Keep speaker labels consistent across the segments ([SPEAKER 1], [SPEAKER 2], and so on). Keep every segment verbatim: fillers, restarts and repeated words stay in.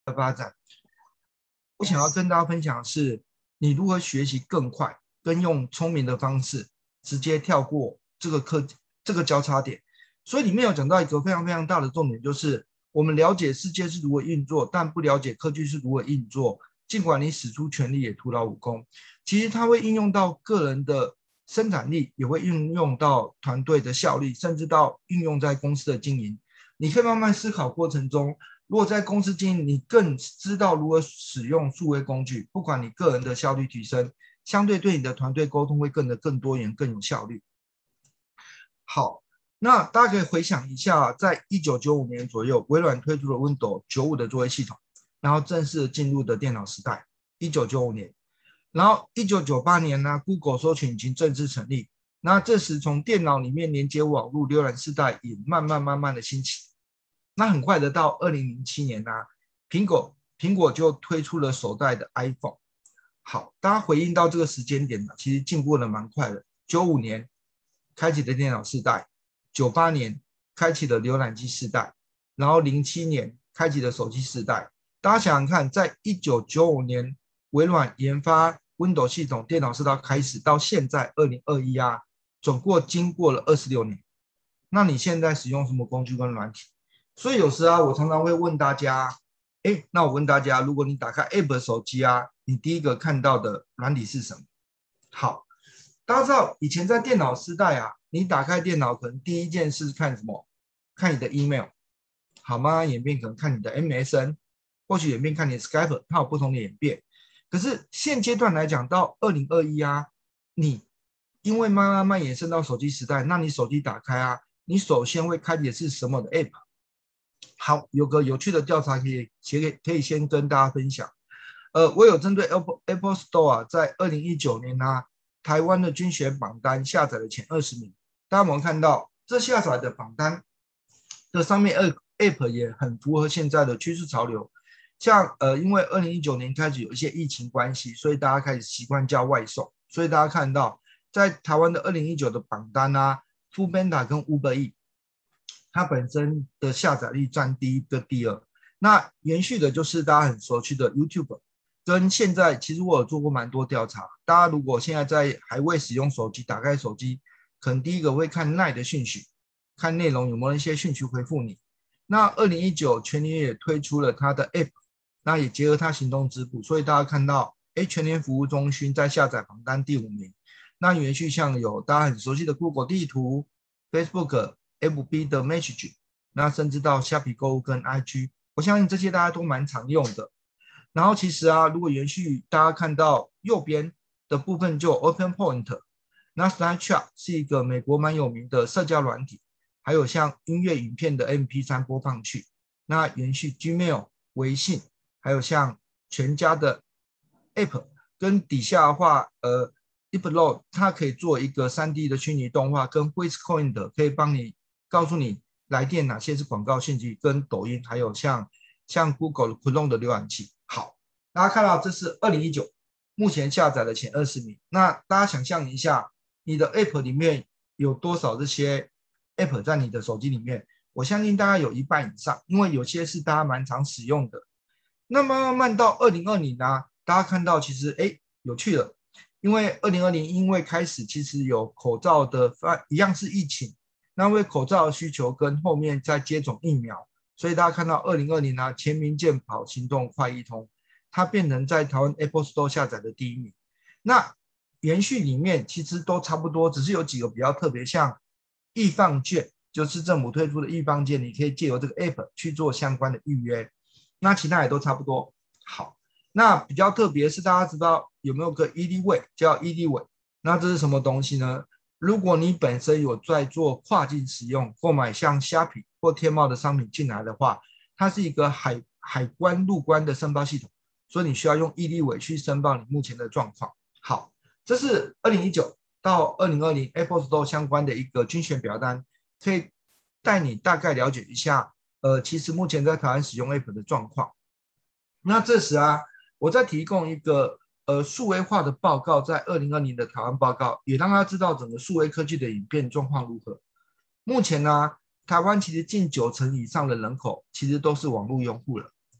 [SPEAKER 1] 的发展。我想要跟大家分享的是，你如何学习更快，跟用聪明的方式直接跳过这个课这个交叉点。所以里面有讲到一个非常非常大的重点，就是我们了解世界是如何运作，但不了解科技是如何运作。尽管你使出全力，也徒劳无功。其实它会应用到个人的生产力，也会运用到团队的效率，甚至到运用在公司的经营。你可以慢慢思考过程中，如果在公司经营，你更知道如何使用数位工具，不管你个人的效率提升，相对对你的团队沟通会更得更多元、更有效率。好，那大家可以回想一下，在一九九五年左右，微软推出了 Windows 九五的作业系统，然后正式进入的电脑时代。一九九五年，然后一九九八年呢 ，Google 搜寻引擎正式成立。那这时从电脑里面连接网络浏览世代也慢慢慢慢的兴起。那很快的到二零零七年呢、啊，苹果苹果就推出了首代的 iPhone。好，大家回应到这个时间点呢，其实进步的蛮快的。九五年开启的电脑世代，九八年开启的浏览器世代，然后零七年开启的手机世代。大家想想看，在一九九五年微软研发 Windows 系统电脑世代开始到现在二零二一啊，总共经过了二十六年。那你现在使用什么工具跟软体？所以有时啊，我常常会问大家，哎，那我问大家，如果你打开 App 手机啊，你第一个看到的软体是什么？好，大家知道以前在电脑时代啊，你打开电脑可能第一件事看什么？看你的 email， 好吗？演变可能看你的 M S N， 或许演变看你的 Skype， 它有不同的演变。可是现阶段来讲，到二零二一啊，你因为慢慢慢延伸到手机时代，那你手机打开啊，你首先会开启的是什么的 app？ 好，有个有趣的调查可以可以先跟大家分享。呃，我有针对 Apple Apple Store 啊，在二零一九年啊，台湾的均选榜单下载的前二十名，大家有没有看到这下载的榜单的上面 App 也很符合现在的趋势潮流。像呃，因为二零一九年开始有一些疫情关系，所以大家开始习惯叫外送，所以大家看到在台湾的二零一九的榜单啊 ，Foodpanda 跟 Uber E， 它本身的下载率占第一跟第二。那延续的就是大家很熟悉的 YouTube， 跟现在其实我有做过蛮多调查，大家如果现在在还未使用手机，打开手机，可能第一个会看 Line 的讯息，看内容有没有一些讯息回复你。那二零一九全年也推出了它的 App。那也结合它行动支付，所以大家看到，哎，全联服务中心在下载榜单第五名。那延续像有大家很熟悉的 Google 地图、Facebook、F B 的 Message， 那甚至到虾皮购物跟 I G， 我相信这些大家都蛮常用的。然后其实啊，如果延续大家看到右边的部分就有 Open Point， 那 Snapchat 是一个美国蛮有名的社交软体，还有像音乐影片的 M P 三 播放器。那延续 Gmail、微信。还有像全家的 App， 跟底下的话，呃 ，Upload 它可以做一个 三 D 的虚拟动画，跟 Whiscoin 的可以帮你告诉你来电哪些是广告信息，跟抖音，还有像像 Google 的 Chrome 的浏览器。好，大家看到这是二零一九目前下载的前二十名。那大家想象一下，你的 App 里面有多少这些 App 在你的手机里面？我相信大概有一半以上，因为有些是大家蛮常使用的。那慢慢慢到二零二零呢，大家看到其实哎有趣了，因为二零二零因为开始其实有口罩的发一样是疫情，那因为口罩的需求跟后面再接种疫苗，所以大家看到二零二零呢全民健保行动快易通，它变成在台湾 Apple Store 下载的第一名。那延续里面其实都差不多，只是有几个比较特别，像易放券，就是政府推出的易放券，你可以借由这个 App 去做相关的预约。那其他也都差不多。好，那比较特别是大家知道有没有个 E D 位叫 E D 位？那这是什么东西呢？如果你本身有在做跨境使用，购买像虾皮或天猫的商品进来的话，它是一个海海关入关的申报系统，所以你需要用 E D 位去申报你目前的状况。好，这是二零一九到二零二零 Apple Store 相关的一个均选表单，可以带你大概了解一下。呃，其实目前在台湾使用 App 的状况，那这时啊，我再提供一个呃数位化的报告，在二零二零的台湾报告，也让大家知道整个数位科技的演变状况如何。目前呢，台湾其实近九成以上的人口其实都是网络用户了。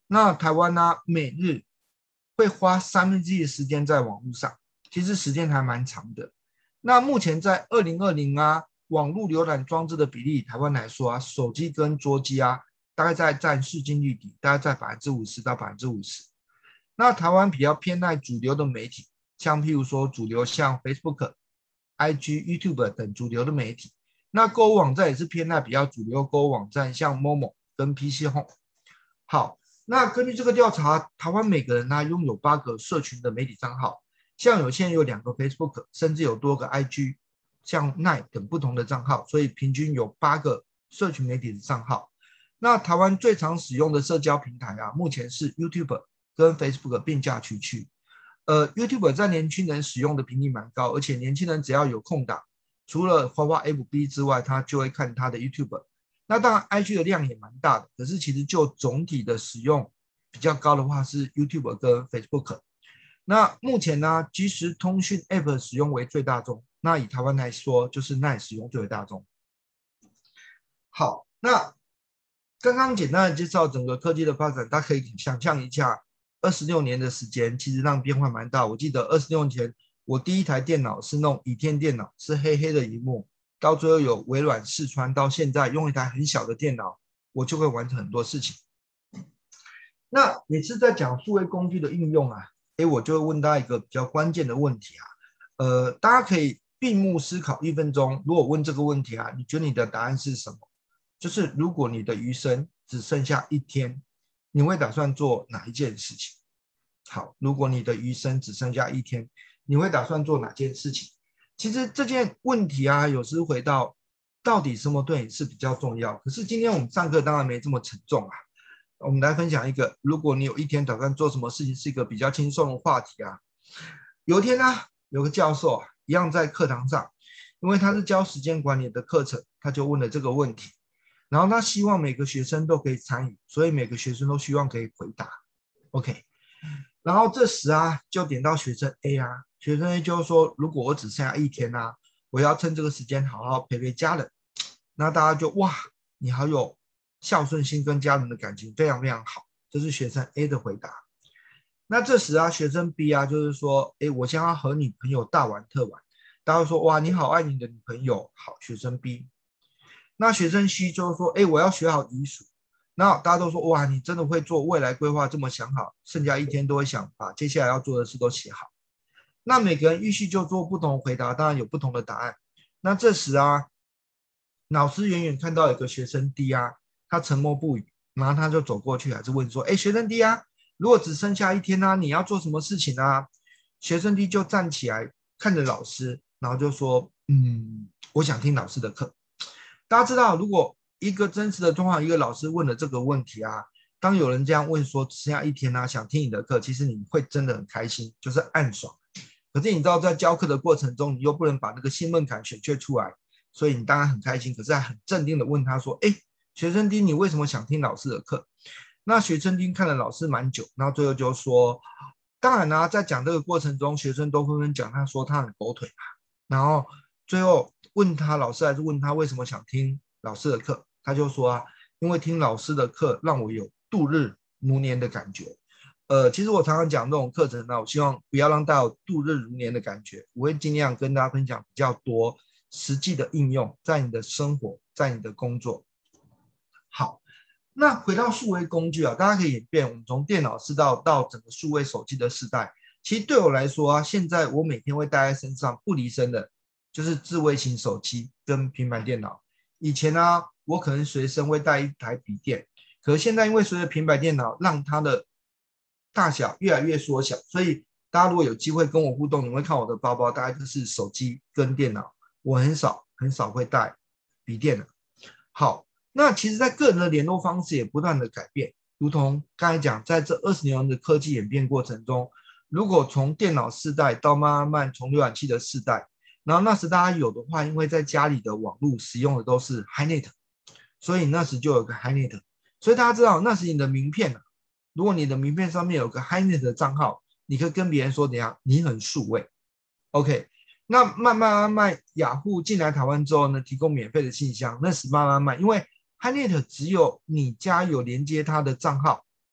[SPEAKER 1] 那台湾呢、啊，每日会花三分之一的时间在网络上，其实时间还蛮长的。那目前在二零二零啊，网络浏览装置的比例，台湾来说啊，手机跟桌机啊，大概在占市净率比，大概在百分之五十到百分之五十。那台湾比较偏爱主流的媒体，像譬如说主流像 Facebook、I G、YouTube 等主流的媒体。那购物网站也是偏爱比较主流购物网站，像 Momo 跟 P C Home。好，那根据这个调查，台湾每个人呢拥有八个社群的媒体账号，像有些人有两个 Facebook， 甚至有多个 I G， 像 Line 等不同的账号，所以平均有八个社群媒体的账号。那台湾最常使用的社交平台啊，目前是 YouTube 跟 Facebook 并驾齐驱。呃 ，YouTube 在年轻人使用的频率蛮高，而且年轻人只要有空档，除了滑滑 F B 之外，他就会看他的 YouTube。那当然 I G 的量也蛮大的，可是其实就总体的使用比较高的话是 YouTube 跟 Facebook。那目前呢，即时通讯 App 使用为最大宗。那以台湾来说，就是 Line 使用最为大宗。好，那刚刚简单的介绍整个科技的发展，大家可以想象一下，二十六年的时间，其实让变化蛮大。我记得二十六年前，我第一台电脑是那种倚天电脑，是黑黑的萤幕，到最后有微软视窗，到现在用一台很小的电脑，我就会完成很多事情。那每次在讲数位工具的应用啊，诶，我就会问大家一个比较关键的问题啊，呃，大家可以闭目思考一分钟。如果问这个问题啊，你觉得你的答案是什么？就是如果你的余生只剩下一天，你会打算做哪一件事情？好，如果你的余生只剩下一天，你会打算做哪件事情？其实这件问题啊，有时回到到底什么对你是比较重要？可是今天我们上课当然没这么沉重啊。我们来分享一个，如果你有一天打算做什么事情，是一个比较轻松的话题啊。有一天呢、啊，有个教授啊，一样在课堂上，因为他是教时间管理的课程，他就问了这个问题。然后他希望每个学生都可以参与，所以每个学生都希望可以回答。OK， 然后这时啊，就点到学生 A 啊，学生 A 就说，如果我只剩下一天啊，我要趁这个时间好好陪陪家人。那大家就哇，你好有孝顺心跟家人的感情，非常非常好。这是学生 A 的回答。那这时啊，学生 B 啊，就是说，哎，我想要和女朋友大玩特玩。大家说，哇，你好爱你的女朋友。好，学生 B。那学生 C 就是说，哎，我要学好遗属。那大家都说，哇，你真的会做未来规划，这么想好，剩下一天都会想把接下来要做的事都写好。那每个人预期就做不同的回答，当然有不同的答案。那这时啊，老师远远看到有个学生 D 啊，他沉默不语，然后他就走过去，还是问说，哎，学生 D 啊，如果只剩下一天啊，你要做什么事情啊？学生 D 就站起来看着老师，然后就说，嗯，我想听老师的课。大家知道，如果一个真实的状况，一个老师问了这个问题啊，当有人这样问说只剩下一天啊，想听你的课，其实你会真的很开心，就是暗爽。可是你知道，在教课的过程中，你又不能把那个兴奋感选却出来，所以你当然很开心，可是还很镇定的问他说：“哎，学生丁，你为什么想听老师的课？”那学生丁看了老师蛮久，然后最后就说：“当然啦、啊，在讲这个过程中，学生都纷纷讲，他说他很狗腿嘛。然后最后问他老师还是问他为什么想听老师的课，他就说啊，因为听老师的课让我有度日如年的感觉。呃，其实我常常讲这种课程呢，我希望不要让大家有度日如年的感觉，我会尽量跟大家分享比较多实际的应用，在你的生活，在你的工作。好，那回到数位工具啊，大家可以演变，我们从电脑时代到整个数位手机的时代，其实对我来说啊，现在我每天会带在身上不离身的，就是智慧型手机跟平板电脑。以前啊，我可能随身会带一台笔电，可是现在因为随着平板电脑让它的大小越来越缩小，所以大家如果有机会跟我互动，你会看我的包包，大概就是手机跟电脑，我很少很少会带笔电的。好，那其实在个人的联络方式也不断的改变，如同刚才讲，在这二十年的科技演变过程中，如果从电脑世代到慢慢从浏览器的世代，然后那时大家有的话，因为在家里的网络使用的都是 HiNet， 所以那时就有个 HiNet， 所以大家知道那时你的名片啊，如果你的名片上面有个 HiNet 的账号，你可以跟别人说怎样，你很数位。OK， 那慢慢慢慢，雅虎进来台湾之后呢，提供免费的信箱，那时慢慢慢，因为 HiNet 只有你家有连接它的账号，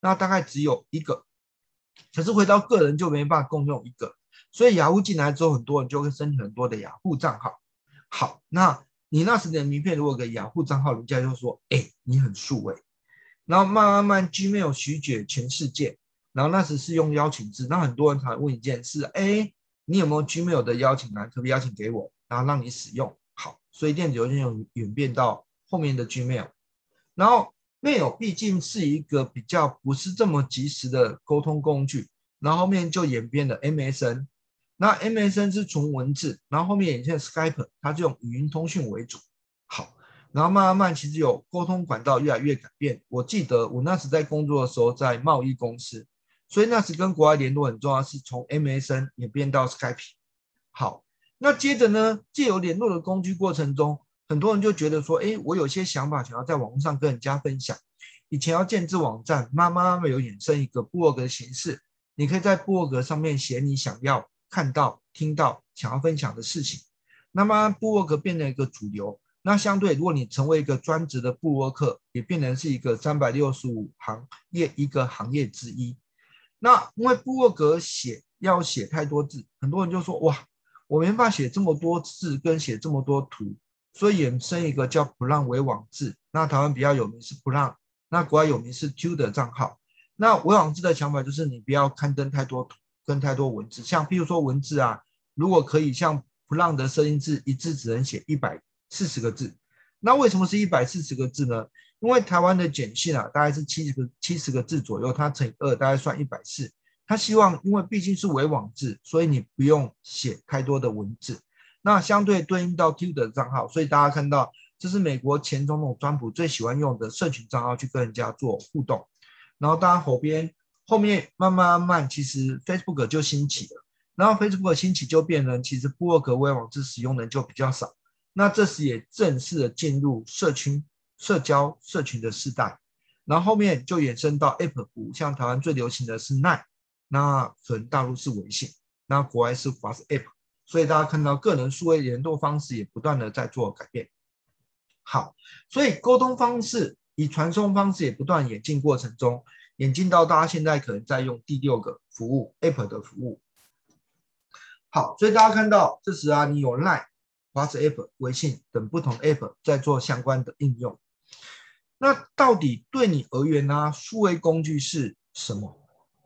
[SPEAKER 1] 那大概只有一个。可是回到个人就没办法共用一个，所以雅虎进来之后，很多人就会申请很多的雅虎账号。好，那你那时的名片如果有个雅虎账号，人家就说，哎、欸，你很数位。然后慢慢慢 Gmail 席卷全世界，然后那时是用邀请制，那很多人才问一件事，哎，你有没有 Gmail 的邀请函，可不可以邀请给我，然后让你使用？好，所以电子邮件有演变到后面的 Gmail， 然后 Mail 毕竟是一个比较不是这么及时的沟通工具，然后后面就演变了 M S N， 那 M S N 是纯文字，然后后面演变 Skype， 它就用语音通讯为主。好。然后慢慢慢，其实有沟通管道越来越改变。我记得我那时在工作的时候，在贸易公司，所以那时跟国外联络很重要，是从 M S N 演变到 Skype。好，那接着呢，借由联络的工具过程中，很多人就觉得说，哎，我有些想法想要在网络上跟人家分享。以前要建置网站，慢慢慢有衍生一个部落格的形式，你可以在部落格上面写你想要看到、听到、想要分享的事情。那么部落格变成一个主流。那相对，如果你成为一个专职的部落客，也变成是一个三百六十五行业一个行业之一。那因为部落格写要写太多字，很多人就说哇，我没法写这么多字跟写这么多图，所以衍生一个叫普浪微网志。那台湾比较有名是普浪，那国外有名是 Q 的账号。那微网志的想法就是你不要刊登太多图跟太多文字，像譬如说文字啊，如果可以像普浪的设定字，一字只能写一百四十个字，那为什么是一百四十个字呢？因为台湾的简讯啊，大概是七十个七十个字左右，它乘以二，大概算一百四。他希望，因为毕竟是微网字，所以你不用写太多的文字。那相对对应到 Twitter 的账号，所以大家看到这是美国前总统川普最喜欢用的社群账号去跟人家做互动。然后当然后边后面慢慢慢慢，其实 Facebook 就兴起了，然后 Facebook 兴起就变成其实部落格微网字使用人就比较少。那这时也正式的进入社群、社交、社群的时代，然后后面就衍生到 App 服务，像台湾最流行的是 Line， 那可能大陆是微信，那国外是 WhatsApp， 所以大家看到个人数位联络方式也不断的在做改变。好，所以沟通方式以传送方式也不断演进过程中，演进到大家现在可能在用第六个服务 App 的服务。好，所以大家看到这时啊，你有 Line、WhatsApp、微信等不同 App 在做相关的应用。那到底对你而言呢、啊，数位工具是什么？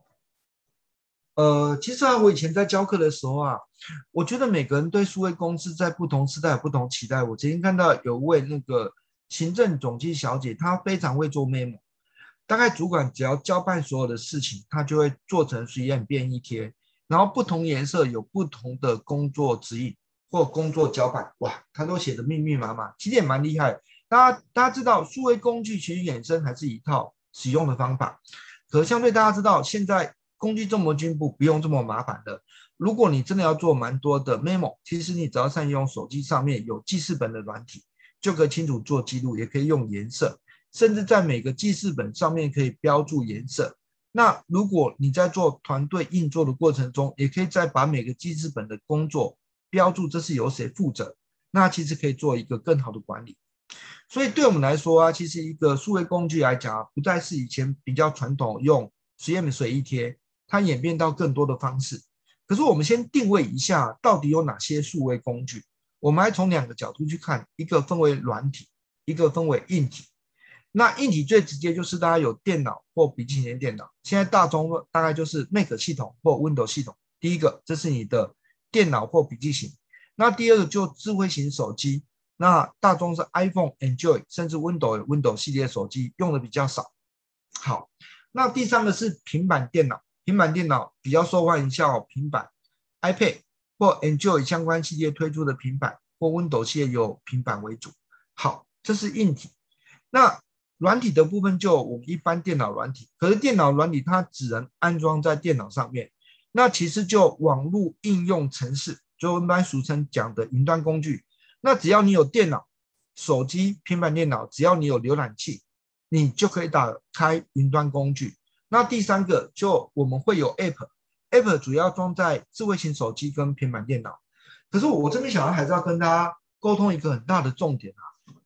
[SPEAKER 1] 呃，其实啊，我以前在教课的时候啊，我觉得每个人对数位公司在不同时代有不同期待。我曾经看到有位那个行政总机小姐，她非常会做 memo， 大概主管只要交办所有的事情，她就会做成实验便利贴，然后不同颜色有不同的工作指引或工作交办，哇，她都写得密密麻麻，其实也蛮厉害的。大家大家知道，数位工具其实衍生还是一套使用的方法，可相对大家知道现在。工具这么进步，不用这么麻烦的。如果你真的要做蛮多的 memo， 其实你只要善用手机上面有记事本的软体，就可以清楚做记录，也可以用颜色，甚至在每个记事本上面可以标注颜色。那如果你在做团队运作的过程中，也可以再把每个记事本的工作标注，这是由谁负责，那其实可以做一个更好的管理。所以对我们来说啊，其实一个数位工具来讲啊，不再是以前比较传统用实验水一贴。它演变到更多的方式，可是我们先定位一下，到底有哪些数位工具？我们还从两个角度去看，一个分为软体，一个分为硬体。那硬体最直接就是大家有电脑或笔记型电脑，现在大宗大概就是 Mac 系统或 Windows 系统。第一个，这是你的电脑或笔记型；那第二个就智慧型手机，那大宗是 iPhone、Android 甚至 Windows Windows 系列手机用的比较少。好，那第三个是平板电脑。平板电脑比较受欢迎，像平板、iPad 或 Android 相关系列推出的平板，或 Windows 系列有平板为主。好，这是硬体。那软体的部分就我们一般电脑软体，可是电脑软体它只能安装在电脑上面。那其实就网络应用程式，就我们一般俗称讲的云端工具。那只要你有电脑、手机、平板电脑，只要你有浏览器，你就可以打开云端工具。那第三个就我们会有 App，App 主要装在智慧型手机跟平板电脑。可是我这边想要还是要跟大家沟通一个很大的重点啊，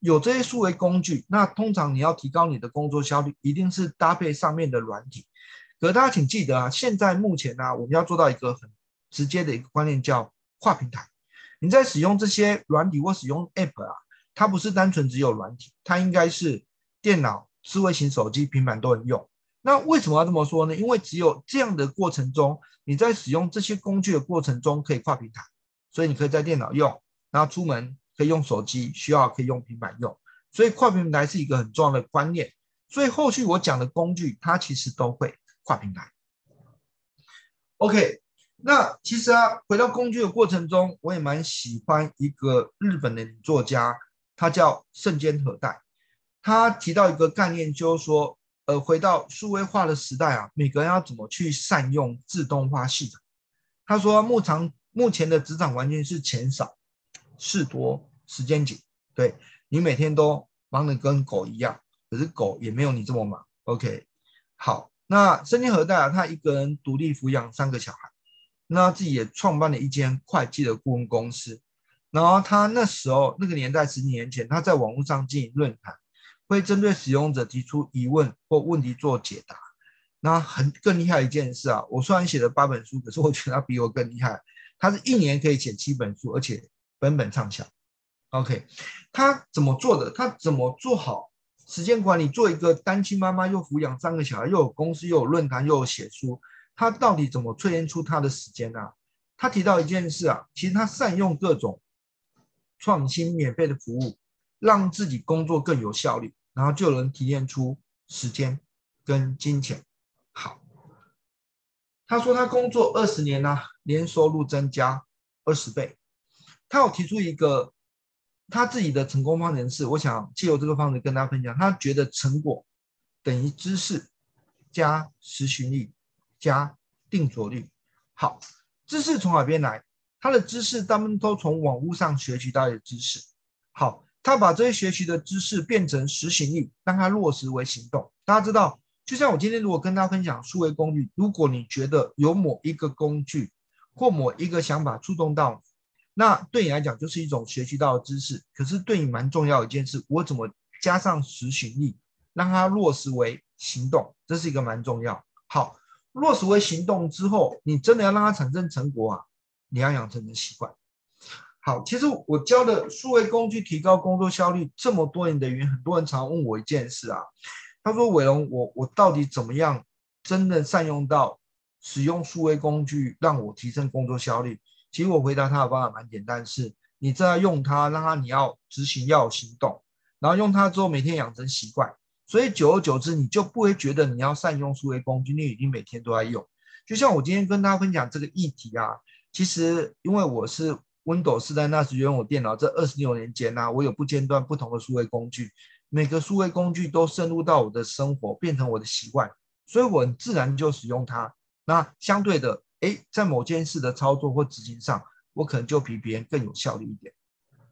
[SPEAKER 1] 有这些数位工具，那通常你要提高你的工作效率，一定是搭配上面的软体。可是大家请记得啊，现在目前呢、啊，我们要做到一个很直接的一个观念，叫跨平台。你在使用这些软体或使用 App 啊，它不是单纯只有软体，它应该是电脑、智慧型手机、平板都能用。那为什么要这么说呢？因为只有这样的过程中，你在使用这些工具的过程中可以跨平台，所以你可以在电脑用，然后出门可以用手机，需要可以用平板用，所以跨平台是一个很重要的观念。所以后续我讲的工具，它其实都会跨平台。OK， 那其实啊，回到工具的过程中，我也蛮喜欢一个日本的女作家，她叫圣间和代。她提到一个概念，就是说，呃，回到数位化的时代啊，每个人要怎么去善用自动化系统。她说，目前目前的职场环境是钱少、事多、时间紧，对你每天都忙得跟狗一样，可是狗也没有你这么忙。OK， 好。那圣间和代啊，他一个人独立抚养三个小孩，那自己也创办了一间会计的顾问公司。然后他那时候那个年代十几年前，他在网络上经营论坛，会针对使用者提出疑问或问题做解答。那很更厉害的一件事啊，我虽然写了八本书，可是我觉得他比我更厉害。他是一年可以写七本书，而且本本畅销。OK， 他怎么做的？他怎么做好时间管理？做一个单亲妈妈，又抚养三个小孩，又有公司，又有论坛，又有写书，他到底怎么淬炼出他的时间啊？他提到一件事啊，其实他善用各种创新免费的服务，让自己工作更有效率，然后就能提炼出时间跟金钱。好，他说他工作二十年啊，年收入增加二十倍。他有提出一个他自己的成功方程式，我想借由这个方式跟大家分享。他觉得成果等于知识加实行力加定着率。好，知识从哪边来？他的知识大部分都从网络上学习到的知识。好，他把这些学习的知识变成实行力，让它落实为行动。大家知道，就像我今天如果跟大家分享数位工具，如果你觉得有某一个工具或某一个想法触动到你，那对你来讲就是一种学习到的知识。可是对你蛮重要的一件事，我怎么加上实行力，让它落实为行动，这是一个蛮重要。好，落实为行动之后，你真的要让它产生成果啊，你要养成的习惯。好，其实我教的数位工具提高工作效率这么多年的原因，很多人常问我一件事啊，他说伟龙，我我到底怎么样真的善用到使用数位工具，让我提升工作效率？其实我回答他的方法蛮简单，是你正在用它，让它你要执行，要有行动，然后用它之后每天养成习惯，所以久而久之你就不会觉得你要善用数位工具，你已经每天都在用。就像我今天跟大家分享这个议题啊，其实因为我是 Windows 世代，那时拥有电脑，这二十六年间啊，我有不间断不同的数位工具，每个数位工具都渗入到我的生活，变成我的习惯，所以我很自然就使用它。那相对的，哎，在某件事的操作或执行上，我可能就比别人更有效率一点。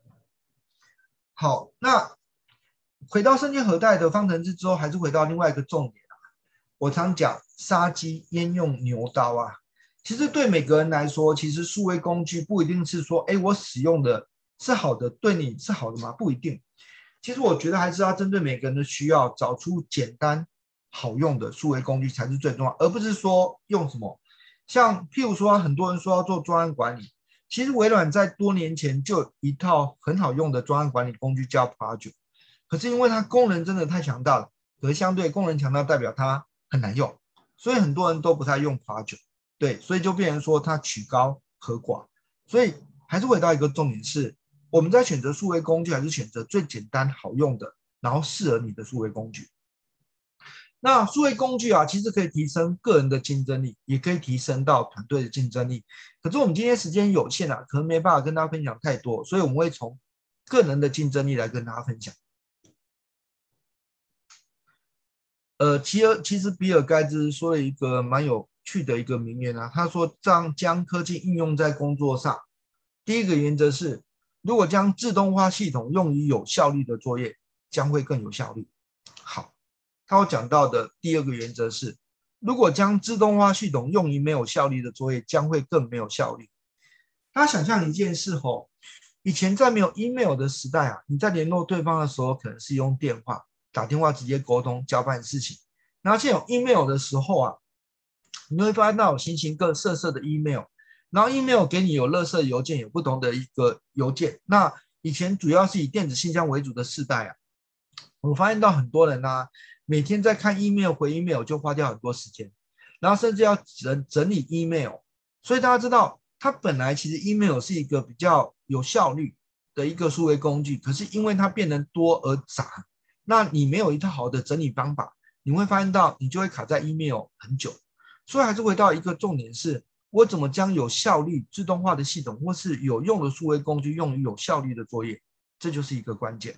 [SPEAKER 1] 好，那回到圣经核代的方程式之后，还是回到另外一个重点啊。我常讲杀鸡焉用牛刀啊。其实对每个人来说，其实数位工具不一定是说，哎，我使用的是好的，对你是好的吗？不一定。其实我觉得还是要针对每个人的需要，找出简单好用的数位工具才是最重要，而不是说用什么。像譬如说，很多人说要做专案管理，其实微软在多年前就有一套很好用的专案管理工具叫 Project， 可是因为它功能真的太强大了，可是相对功能强大代表它很难用，所以很多人都不太用 Project， 对，所以就变成说它曲高和寡。所以还是回到一个重点是，我们在选择数位工具，还是选择最简单好用的，然后适合你的数位工具。那数位工具啊，其实可以提升个人的竞争力，也可以提升到团队的竞争力。可是我们今天时间有限啊，可能没办法跟大家分享太多，所以我们会从个人的竞争力来跟大家分享。呃，其实其实比尔盖茨说了一个蛮有趣的一个名言啊，他说：将将科技应用在工作上，第一个原则是，如果将自动化系统用于有效率的作业，将会更有效率。好。他有讲到的第二个原则是，如果将自动化系统用于没有效率的作业，将会更没有效率。大家想象一件事吼， 以前在没有 email 的时代啊，你在联络对方的时候，可能是用电话打电话直接沟通交办事情。然后现在有 email 的时候啊，你会发现到有形形各色色的 email，然后 email 给你有垃圾邮件，有不同的一个邮件。那以前主要是以电子信箱为主的世代啊，我发现到很多人啊，每天在看 email 回 email 就花掉很多时间，然后甚至要整整理 email。所以大家知道，它本来其实 email 是一个比较有效率的一个数位工具，可是因为它变得多而杂，那你没有一套好的整理方法，你会发现到你就会卡在 email 很久。所以还是回到一个重点是，我怎么将有效率自动化的系统或是有用的数位工具用于有效率的作业，这就是一个关键。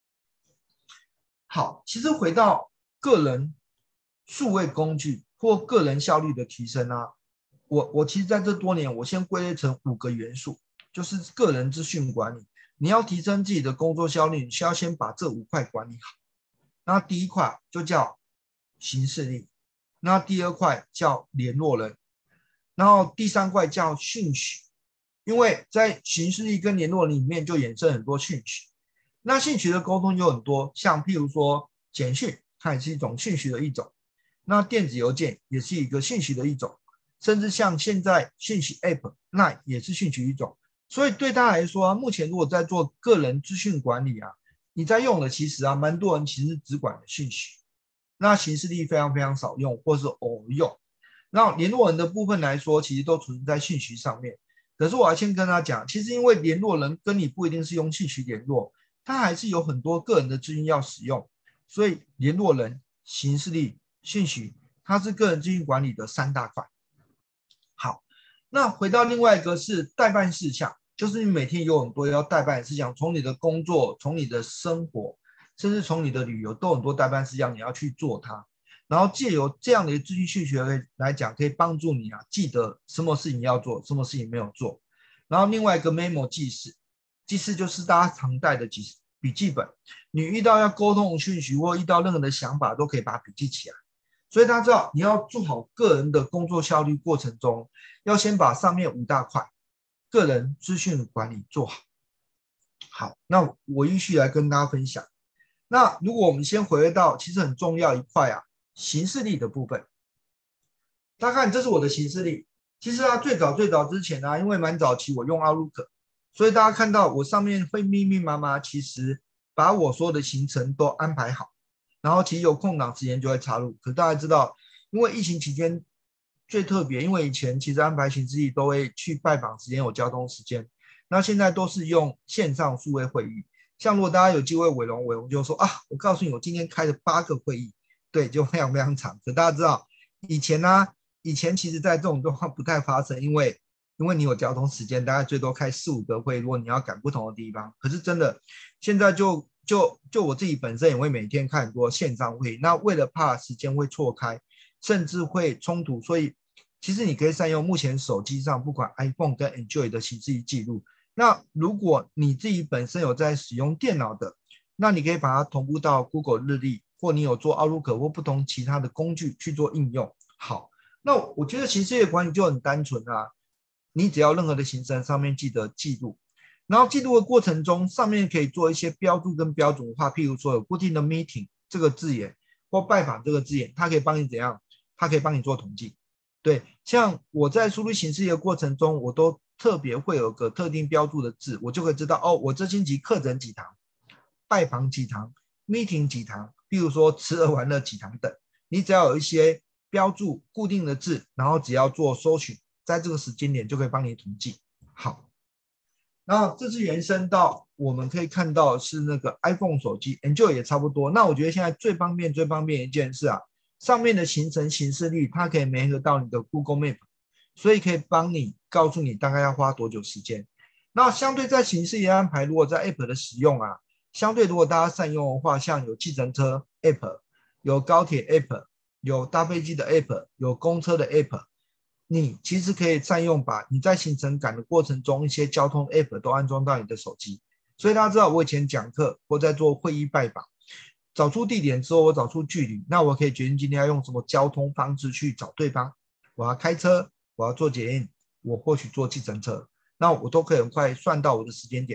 [SPEAKER 1] 好，其实回到个人数位工具或个人效率的提升啊，我我其实在这多年，我先归类成五个元素，就是个人资讯管理。你要提升自己的工作效率，你需要先把这五块管理好。那第一块就叫行事历，那第二块叫联络人，然后第三块叫讯息，因为在行事历跟联络里面就衍生很多讯息。那讯息的沟通有很多，像譬如说简讯，它也是一种讯息的一种。那电子邮件也是一个讯息的一种，甚至像现在讯息 App， 那也是讯息一种。所以对他来说、啊，目前如果在做个人资讯管理啊，你在用的其实啊，蛮多人其实只管讯息，那行事历非常非常少用，或是偶尔用。那联络人的部分来说，其实都存在讯息上面。可是我要先跟他讲，其实因为联络人跟你不一定是用讯息联络，他还是有很多个人的资讯要使用，所以联络人、行事历、讯息，它是个人资讯管理的三大块。好，那回到另外一个是代办事项，就是你每天有很多要代办的事项，从你的工作，从你的生活，甚至从你的旅游，都有很多代办事项你要去做它。然后借由这样的资讯讯学来讲，可以帮助你啊记得什么事情要做，什么事情没有做。然后另外一个 memo 记事，记事就是大家常带的记笔记本，你遇到要沟通的讯息或遇到任何的想法，都可以把笔记起来。所以大家知道，你要做好个人的工作效率过程中，要先把上面五大块个人资讯管理做好。好，那我依序来跟大家分享。那如果我们先回到其实很重要一块啊，行事历的部分。大家看，这是我的行事历。其实啊，最早最早之前啊，因为蛮早期我用 Outlook， 所以大家看到我上面会密密麻麻，其实把我所有的行程都安排好，然后其实有空档时间就会插入。可大家知道，因为疫情期间最特别，因为以前其实安排行事历都会去拜访时间有交通时间，那现在都是用线上数位会议。像如果大家有机会伟龙，伟龙就说啊，我告诉你，我今天开了八个会议，对，就非常非常长。可大家知道，以前呢、啊，以前其实在这种状况不太发生，因为因为你有交通时间，大概最多开四五个会，如果你要赶不同的地方。可是真的，现在就就就我自己本身也会每天看很多线上会议，那为了怕时间会错开，甚至会冲突，所以其实你可以善用目前手机上不管 iPhone 跟 Android 的行事历记录。那如果你自己本身有在使用电脑的，那你可以把它同步到 Google 日历，或你有做 Outlook 或不同其他的工具去做应用。好，那我觉得行事历管理就很单纯啊，你只要任何的行程上面记得记录，然后记录的过程中，上面可以做一些标注跟标准化，譬如说有固定的 meeting 这个字眼，或拜访这个字眼，它可以帮你怎样？它可以帮你做统计。对，像我在输入行事历的过程中，我都特别会有个特定标注的字，我就会知道哦，我这星期课程几堂，拜访几堂 ，meeting 几堂，譬如说吃喝玩乐几堂等。你只要有一些标注固定的字，然后只要做搜寻，在这个时间点就可以帮你统计。好，然后这是延伸到我们可以看到是那个 iPhone 手机 ，Android 也差不多。那我觉得现在最方便、最方便一件事啊，上面的行程行事历，它可以媒合到你的 Google Map， 所以可以帮你告诉你大概要花多久时间。那相对在行事历安排，如果在 App 的使用啊，相对如果大家善用的话，像有计程车 App， 有高铁 App， 有搭飞机的 App， 有公车的 App， 你其实可以善用把你在行程赶的过程中一些交通 App 都安装到你的手机。所以大家知道我以前讲课或在做会议拜访，找出地点之后，我找出距离，那我可以决定今天要用什么交通方式去找对方。我要开车，我要坐捷运，我或许坐计程车，那我都可以很快算到我的时间点。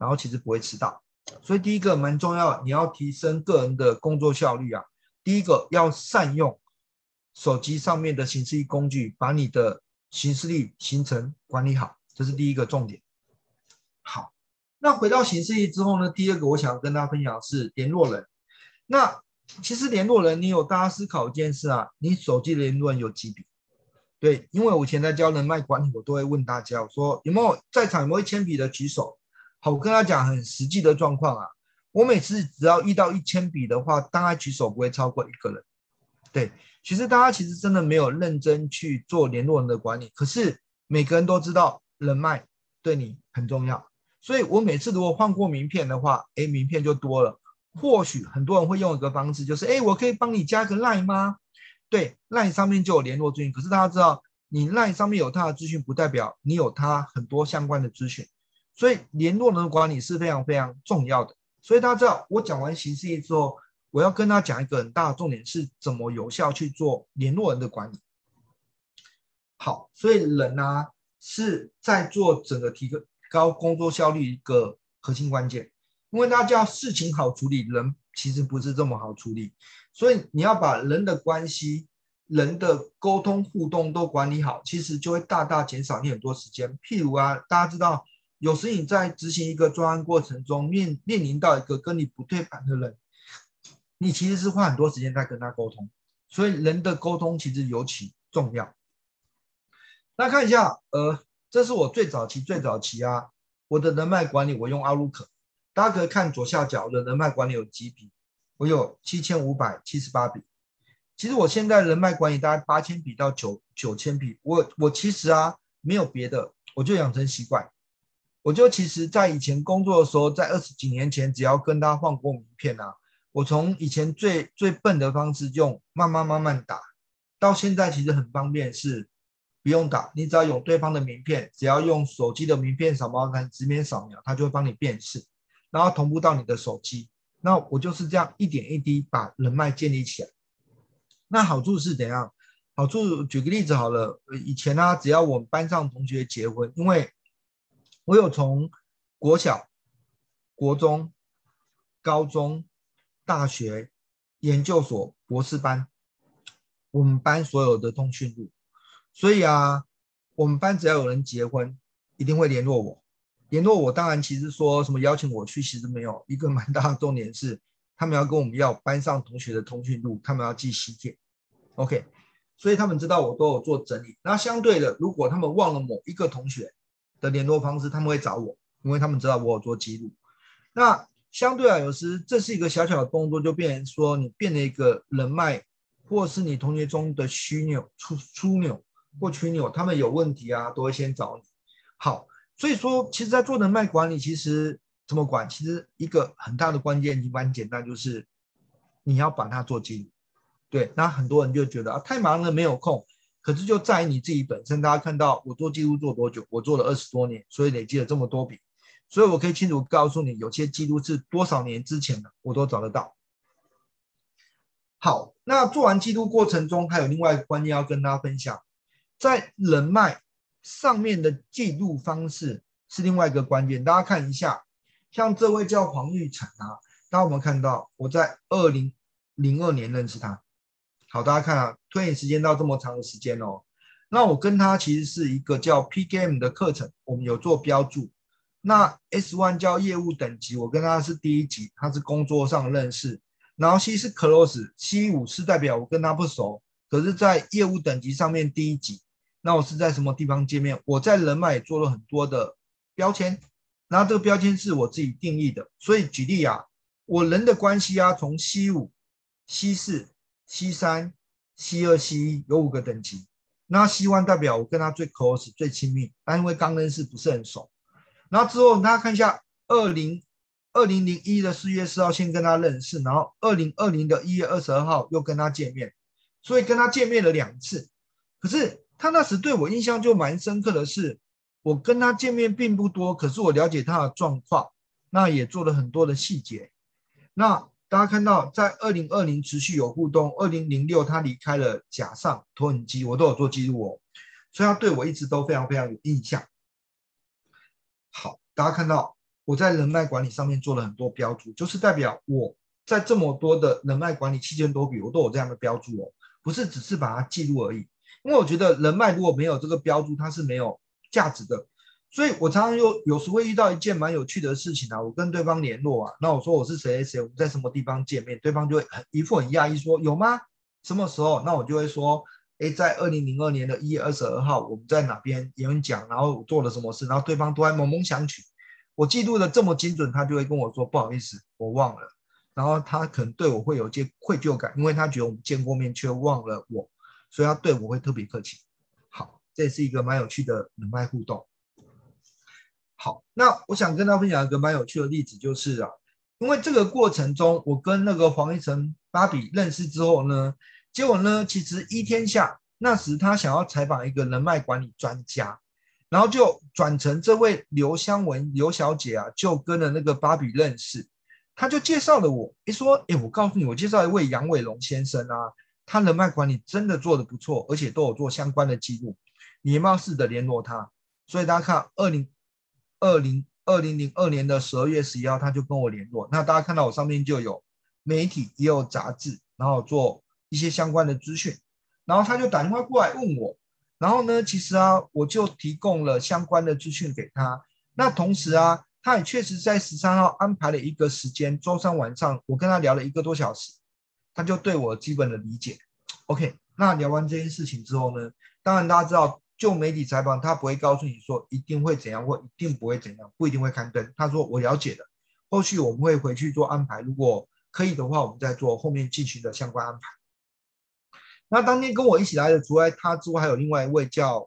[SPEAKER 1] 然后其实不会迟到。所以第一个蛮重要，你要提升个人的工作效率啊。第一个要善用手机上面的行事历工具，把你的行事历行程管理好，这是第一个重点。好，那回到行事历之后呢，第二个我想要跟大家分享的是联络人。那其实联络人，你有大家思考一件事啊，你手机的联络人有几笔？对，因为我以前在教人脉管理，我都会问大家，我说有没有在场有没有一千笔的举手？好，我跟他讲很实际的状况啊，我每次只要遇到一千笔的话，大概举手不会超过一个人。对，其实大家其实真的没有认真去做联络人的管理，可是每个人都知道人脉对你很重要，所以我每次如果换过名片的话，哎，名片就多了。或许很多人会用一个方式，就是哎，我可以帮你加个 LINE 吗？对 ，LINE 上面就有联络资讯，可是大家知道，你 LINE 上面有他的资讯，不代表你有他很多相关的资讯，所以联络人的管理是非常非常重要的。所以大家知道，我讲完行事历之后，我要跟他讲一个很大的重点是怎么有效去做联络人的管理。好，所以人啊是在做整个提高工作效率一个核心关键，因为大家叫事情好处理，人其实不是这么好处理，所以你要把人的关系、人的沟通互动都管理好，其实就会大大减少你很多时间。譬如啊，大家知道，有时你在执行一个专案过程中面面临到一个跟你不对盘的人，你其实是花很多时间在跟他沟通，所以人的沟通其实尤其重要。那看一下，呃，这是我最早期最早期啊，我的人脉管理我用 Outlook， 大家可以看左下角的人脉管理有几笔，我有七千五百七十八笔。其实我现在人脉管理大概八千笔到九九千笔，我我其实啊没有别的，我就养成习惯，我就其实在以前工作的时候，在二十几年前，只要跟他换过名片啊，我从以前最最笨的方式用慢慢慢慢打，到现在其实很方便，是不用打，你只要有对方的名片，只要用手机的名片扫描盘直面扫描，它就会帮你辨识，然后同步到你的手机。那我就是这样一点一滴把人脉建立起来。那好处是怎样？好处举个例子好了，以前呢、啊，只要我们班上同学结婚，因为我有从国小、国中、高中、大学、研究所、博士班，我们班所有的通讯录，所以啊，我们班只要有人结婚，一定会联络我。联络我，当然其实说什么邀请我去，其实没有。一个蛮大的重点是，他们要跟我们要班上同学的通讯录，他们要寄喜帖。OK，所以他们知道我都有做整理。那相对的，如果他们忘了某一个同学的联络方式，他们会找我，因为他们知道我有做记录。那相对啊，有时这是一个小小的动作，就变成说你变了一个人脉，或是你同学中的枢纽、出枢纽或枢纽，他们有问题啊，都会先找你。好，所以说，其实，在做人脉管理，其实怎么管？其实一个很大的关键，蛮简单，就是你要把它做记录。对，那很多人就觉得啊，太忙了没有空。可是就在于你自己本身，大家看到我做记录做多久？我做了二十多年，所以累积了这么多笔。所以我可以清楚告诉你，有些记录是多少年之前的，我都找得到。好，那做完记录过程中，还有另外一个观念要跟大家分享，在人脉上面的记录方式是另外一个关键。大家看一下，像这位叫黄玉成啊，大家有没有看到？我在二零零二年认识他。好，大家看啊，推演时间到这么长的时间哦。那我跟他其实是一个叫 P K M 的课程，我们有做标注。那 S 一 叫业务等级，我跟他是第一级，他是工作上认识。然后 C 是 Close，C 五是代表我跟他不熟，可是在业务等级上面第一级。那我是在什么地方见面？我在人脉也做了很多的标签，然后这个标签是我自己定义的。所以举例啊，我人的关系啊，从 C 五、C 四、C 三、C 二、C 一有五个等级。那 C 一 代表我跟他最 close 最亲密，但因为刚认识不是很熟。然后之后大家看一下，二零二零零一的四月四号先跟他认识，然后二零二零的一月二十二号又跟他见面，所以跟他见面了两次。可是他那时对我印象就蛮深刻的是，我跟他见面并不多，可是我了解他的状况，那也做了很多的细节。那大家看到，在二零二零持续有互动，二零零六他离开了甲上投影机，我都有做记录哦，所以他对我一直都非常非常有印象。好，大家看到我在人脉管理上面做了很多标注，就是代表我在这么多的人脉管理七千多笔，我都有这样的标注哦，不是只是把它记录而已。因为我觉得人脉如果没有这个标注，它是没有价值的。所以我常常有有时会遇到一件蛮有趣的事情啊，我跟对方联络啊，那我说我是谁谁谁，我们在什么地方见面，对方就会很一副很讶异说有吗？什么时候？那我就会说，哎，在二零零二年的一月二十二号，我们在哪边演讲，然后我做了什么事，然后对方都还懵懵想起。我记录的这么精准，他就会跟我说不好意思，我忘了。然后他可能对我会有些愧疚感，因为他觉得我们见过面却忘了我，所以他对我会特别客气。好，这是一个蛮有趣的人脉互动。好，那我想跟大家分享一个蛮有趣的例子，就是啊，因为这个过程中，我跟那个黄一成芭比认识之后呢，结果呢，其实一天下那时他想要采访一个人脉管理专家，然后就转成这位刘香文刘小姐啊，就跟了那个芭比认识，他就介绍了我，一说，哎，我告诉你，我介绍一位杨伟龙先生啊，他人脉管理真的做得不错，而且都有做相关的记录，你有没有试着联络他？所以大家看，二零二零二零零二年的十二月十一号，他就跟我联络。那大家看到我上面就有媒体，也有杂志，然后做一些相关的资讯。然后他就打电话过来问我，然后呢，其实啊，我就提供了相关的资讯给他。那同时啊，他也确实在十三号安排了一个时间，周三晚上，我跟他聊了一个多小时，他就对我基本的理解。OK，那聊完这件事情之后呢，当然大家知道。就媒体采访，他不会告诉你说一定会怎样或一定不会怎样，不一定会刊登。他说我了解了，后续我们会回去做安排，如果可以的话，我们再做后面继续的相关安排。那当天跟我一起来的，除了他之外，还有另外一位叫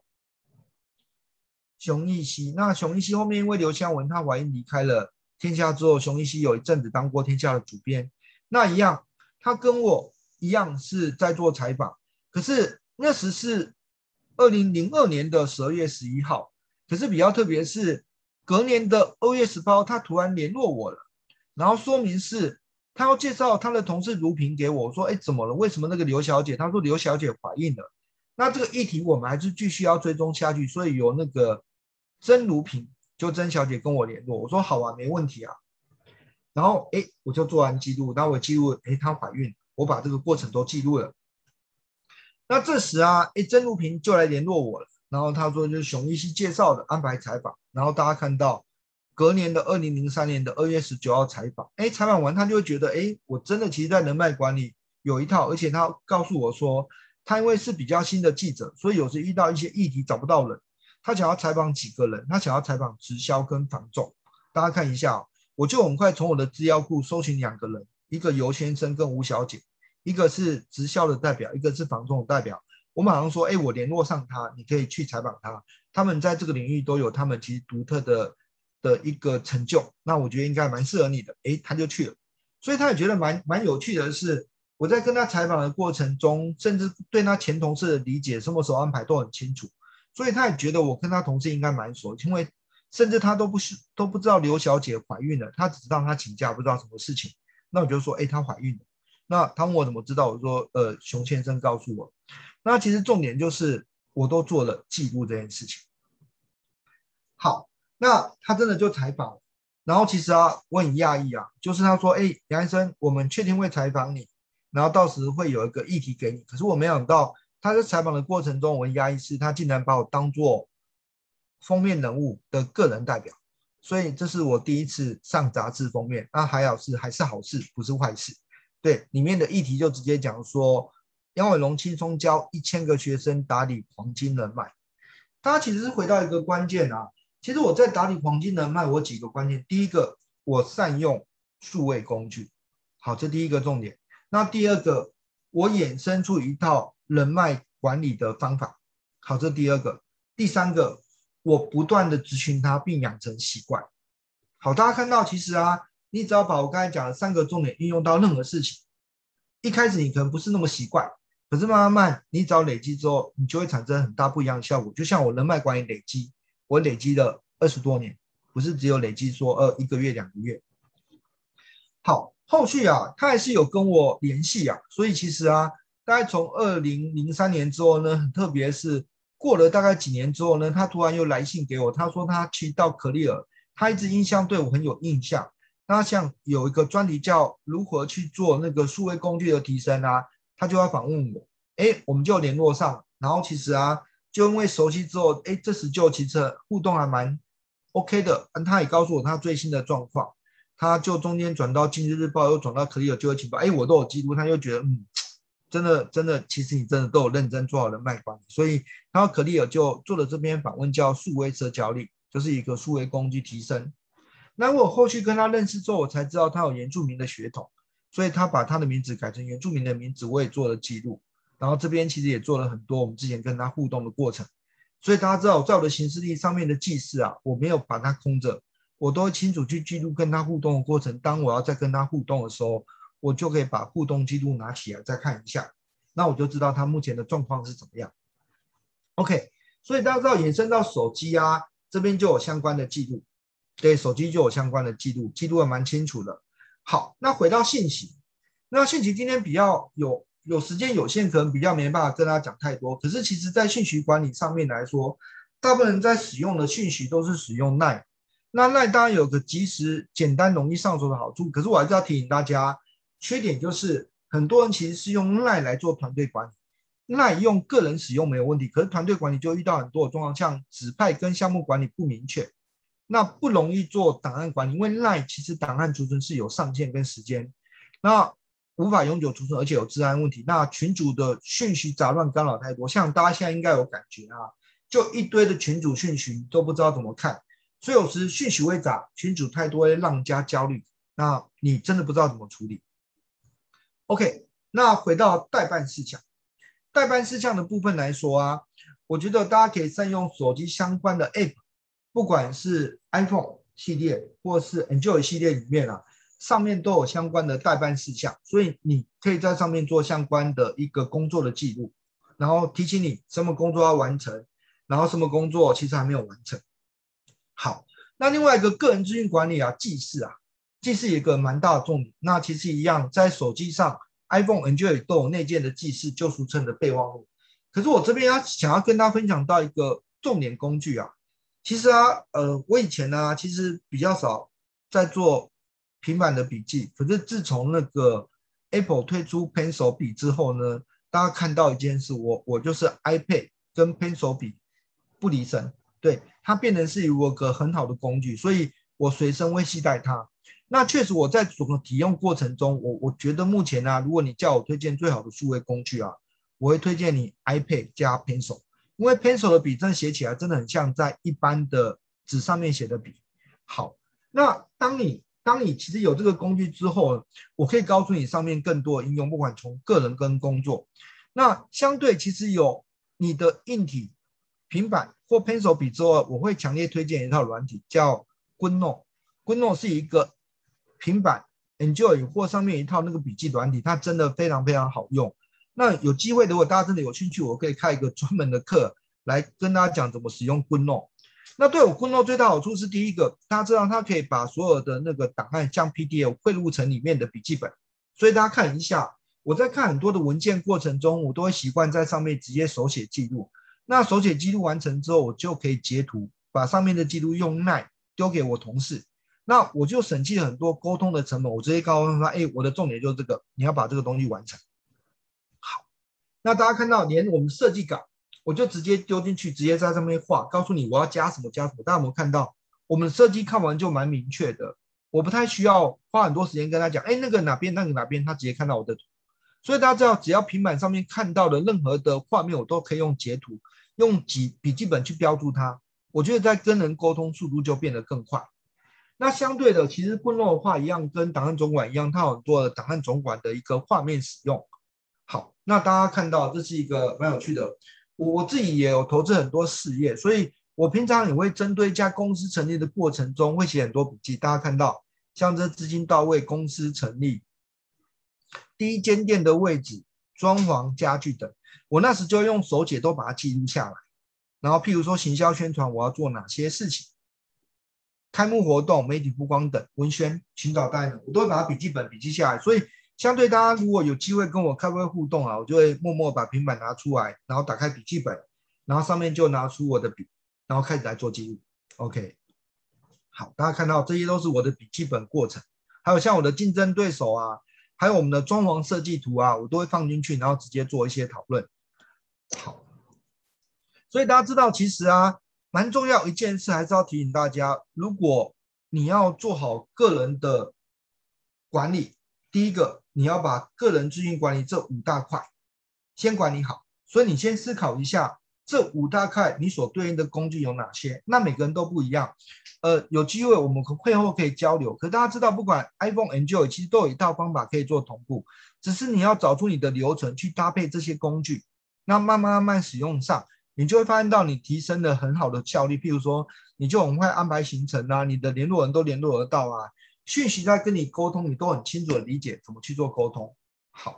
[SPEAKER 1] 熊奕熙。那熊奕熙后面因为刘香文她怀孕离开了天下之后，熊奕熙有一阵子当过天下的主编。那一样，他跟我一样是在做采访，可是那时是二零零二年的十二月十一号，可是比较特别是隔年的二月十八号，他突然联络我了，然后说明是他要介绍他的同事如萍给我，我说哎怎么了？为什么那个刘小姐？他说刘小姐怀孕了。那这个议题我们还是继续要追踪下去，所以由那个曾如萍就曾小姐跟我联络，我说好啊，没问题啊。然后哎我就做完记录，然后我记录哎她怀孕，我把这个过程都记录了。那这时啊，哎，曾如萍就来联络我了，然后他说就是熊一熙介绍的安排采访，然后大家看到隔年的二零零三年的二月十九号采访，哎，采访完他就会觉得，哎，我真的其实在人脉管理有一套，而且他告诉我说，他因为是比较新的记者，所以有时遇到一些议题找不到人，他想要采访几个人，他想要采访直销跟房仲，大家看一下哦，我就很快从我的资料库搜寻两个人，一个尤先生跟吴小姐。一个是直销的代表，一个是房仲的代表。我马上说，哎，我联络上他，你可以去采访他。他们在这个领域都有他们其实独特的的一个成就，那我觉得应该蛮适合你的。哎，他就去了，所以他也觉得蛮蛮有趣的是，我在跟他采访的过程中，甚至对他前同事的理解、什么时候安排都很清楚，所以他也觉得我跟他同事应该蛮熟，因为甚至他都不是都不知道刘小姐怀孕了，他只知道她请假，不知道什么事情。那我就说，哎，她怀孕了。那他问我怎么知道？我说，呃，熊先生告诉我。那其实重点就是我都做了记录这件事情。好，那他真的就采访了，然后其实啊，我很讶异啊，就是他说，哎，杨医生，我们确定会采访你，然后到时会有一个议题给你。可是我没想到他在采访的过程中，我很讶异是他竟然把我当做封面人物的个人代表，所以这是我第一次上杂志封面。那还好是还是好事，不是坏事。对，里面的议题就直接讲说，杨伟龙轻松教一千个学生打理黄金人脉。大家其实是回到一个关键啊，其实我在打理黄金人脉，我几个关键，第一个，我善用数位工具，好，这第一个重点。那第二个，我衍生出一套人脉管理的方法，好，这第二个。第三个，我不断的咨询他，并养成习惯。好，大家看到其实啊。你只要把我刚才讲的三个重点运用到任何事情，一开始你可能不是那么习惯，可是慢慢你只要累积之后，你就会产生很大不一样的效果。就像我人脉管理累积，我累积了二十多年，不是只有累积说呃一个月两个月。好，后续啊，他还是有跟我联系啊，所以其实啊，大概从二零零三年之后呢，很特别是过了大概几年之后呢，他突然又来信给我，他说他去到可丽尔。 他一直印象对我很有印象。那像有一个专题叫如何去做那个数位工具的提升啊，他就要访问我，哎，我们就联络上，然后其实啊，就因为熟悉之后，哎，这时就其实互动还蛮 OK 的，他也告诉我他最新的状况，他就中间转到今日日报，又转到 Clear 就业情报，哎，我都有记录，他就觉得嗯。真的，真的，其实你真的都有认真做好人脉管理，所以然后可丽尔就做了这篇访问，叫数位社交力，就是一个数位工具提升。那我后续跟他认识之后，我才知道他有原住民的血统，所以他把他的名字改成原住民的名字，我也做了记录。然后这边其实也做了很多我们之前跟他互动的过程，所以大家知道，在我的行事历上面的记事啊，我没有把它空着，我都会清楚去记录跟他互动的过程。当我要再跟他互动的时候，我就可以把互动记录拿起来再看一下，那我就知道他目前的状况是怎么样。OK， 所以大家知道延伸到手机啊，这边就有相关的记录，对，手机就有相关的记录，记录的蛮清楚的。好，那回到信息，那信息今天比较有有时间有限，可能比较没办法跟大家讲太多。可是其实在讯息管理上面来说，大部分人在使用的讯息都是使用 LINE， 那 LINE 当然有个即时、简单、容易上手的好处，可是我还是要提醒大家。缺点就是很多人其实是用 LINE 来做团队管理 ，LINE 用个人使用没有问题，可是团队管理就遇到很多的状况，像指派跟项目管理不明确，那不容易做档案管理，因为 LINE 其实档案储存是有上限跟时间，那无法永久储存，而且有治安问题。那群组的讯息杂乱干扰太多，像大家现在应该有感觉啊，就一堆的群组讯息都不知道怎么看，所以有时讯息会杂，群组太多会让人家焦虑，那你真的不知道怎么处理。OK， 那回到代办事项，代办事项的部分来说啊，我觉得大家可以善用手机相关的 App， 不管是 iPhone 系列或是 Enjoy 系列里面啊，上面都有相关的代办事项，所以你可以在上面做相关的一个工作的记录，然后提醒你什么工作要完成，然后什么工作其实还没有完成。好，那另外一个个人资讯管理啊，记事啊。记事有一个蛮大的重点，那其实一样，在手机上 ，iPhone、Android 都有内建的记事，就俗称的备忘录。可是我这边要想要跟大家分享到一个重点工具啊，其实啊，呃，我以前呢、啊，其实比较少在做平板的笔记，可是自从那个 Apple 推出 Pencil 笔之后呢，大家看到一件事，我我就是 iPad 跟 Pencil 笔不离身，对，它变成是有个很好的工具，所以我随身会携带它。那确实，我在整个体用过程中，我我觉得目前呢、啊，如果你叫我推荐最好的数位工具啊，我会推荐你 iPad 加 Pencil， 因为 Pencil 的笔真的写起来真的很像在一般的纸上面写的笔。好，那当你当你其实有这个工具之后，我可以告诉你上面更多的应用，不管从个人跟工作。那相对其实有你的硬体平板或 Pencil 笔之后，我会强烈推荐一套软体叫 GoodNote。GoodNote 是一个平板 Enjoy 或上面一套那个笔记软体，它真的非常非常好用。那有机会，如果大家真的有兴趣，我可以开一个专门的课来跟大家讲怎么使用 GoodNote。那对我 GoodNote 最大好处是，第一个，大家知道它可以把所有的那个档案像 P D F 汇入成里面的笔记本，所以大家看一下，我在看很多的文件过程中，我都会习惯在上面直接手写记录。那手写记录完成之后，我就可以截图，把上面的记录用 LINE 丢给我同事。那我就省去了很多沟通的成本，我直接告诉他，哎，我的重点就是这个，你要把这个东西完成。好，那大家看到连我们设计稿，我就直接丢进去，直接在上面画，告诉你我要加什么加什么。大家有没有看到？我们设计看完就蛮明确的，我不太需要花很多时间跟他讲，哎，那个哪边那个哪边，他直接看到我的图。所以大家知道，只要平板上面看到的任何的画面，我都可以用截图，用笔笔记本去标注它。我觉得在跟人沟通速度就变得更快。那相对的，其实 GoodNote 的话一样，跟档案总管一样，它有很多的档案总管的一个画面使用。好，那大家看到这是一个蛮有趣的，我我自己也有投资很多事业，所以我平常也会针对一家公司成立的过程中会写很多笔记。大家看到，像这资金到位、公司成立、第一间店的位置、装潢、家具等，我那时就用手写都把它记录下来。然后譬如说行销宣传，我要做哪些事情？开幕活动、媒体曝光等文宣寻找代言，我都会把它笔记本笔记下来。所以相对大家如果有机会跟我开会互动啊，我就会默默把平板拿出来，然后打开笔记本，然后上面就拿出我的笔，然后开始来做记录。OK， 好，大家看到这些都是我的笔记本过程，还有像我的竞争对手啊，还有我们的装潢设计图啊，我都会放进去，然后直接做一些讨论。好，所以大家知道，其实啊，蛮重要一件事，还是要提醒大家，如果你要做好个人的管理，第一个你要把个人资讯管理这五大块先管理好。所以你先思考一下，这五大块你所对应的工具有哪些？那每个人都不一样。呃，有机会我们会后可以交流。可大家知道，不管 iPhone、Android 其实都有一套方法可以做同步，只是你要找出你的流程去搭配这些工具，那慢慢慢慢使用上，你就会发现到你提升了很好的效率。譬如说，你就很快安排行程啊，你的联络人都联络得到啊，讯息在跟你沟通，你都很清楚的理解怎么去做沟通。好，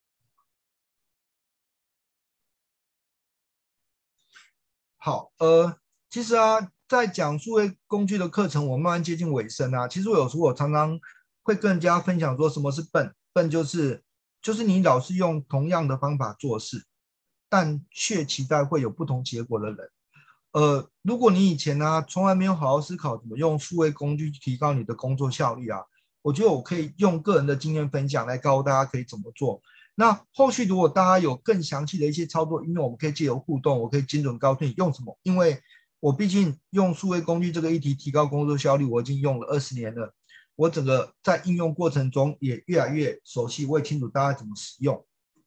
[SPEAKER 1] 好，呃，其实啊，在讲数位工具的课程，我慢慢接近尾声啊。其实我有时候我常常会跟人家分享说，什么是笨？笨就是就是你老是用同样的方法做事，但却期待会有不同结果的人。呃，如果你以前呢、啊、从来没有好好思考怎么用数位工具提高你的工作效率啊，我觉得我可以用个人的经验分享来告诉大家可以怎么做。那后续如果大家有更详细的一些操作，因为我们可以借由互动，我可以精准告诉你用什么。因为我毕竟用数位工具这个议题提高工作效率，我已经用了二十年了，我整个在应用过程中也越来越熟悉，我也清楚大家怎么使用。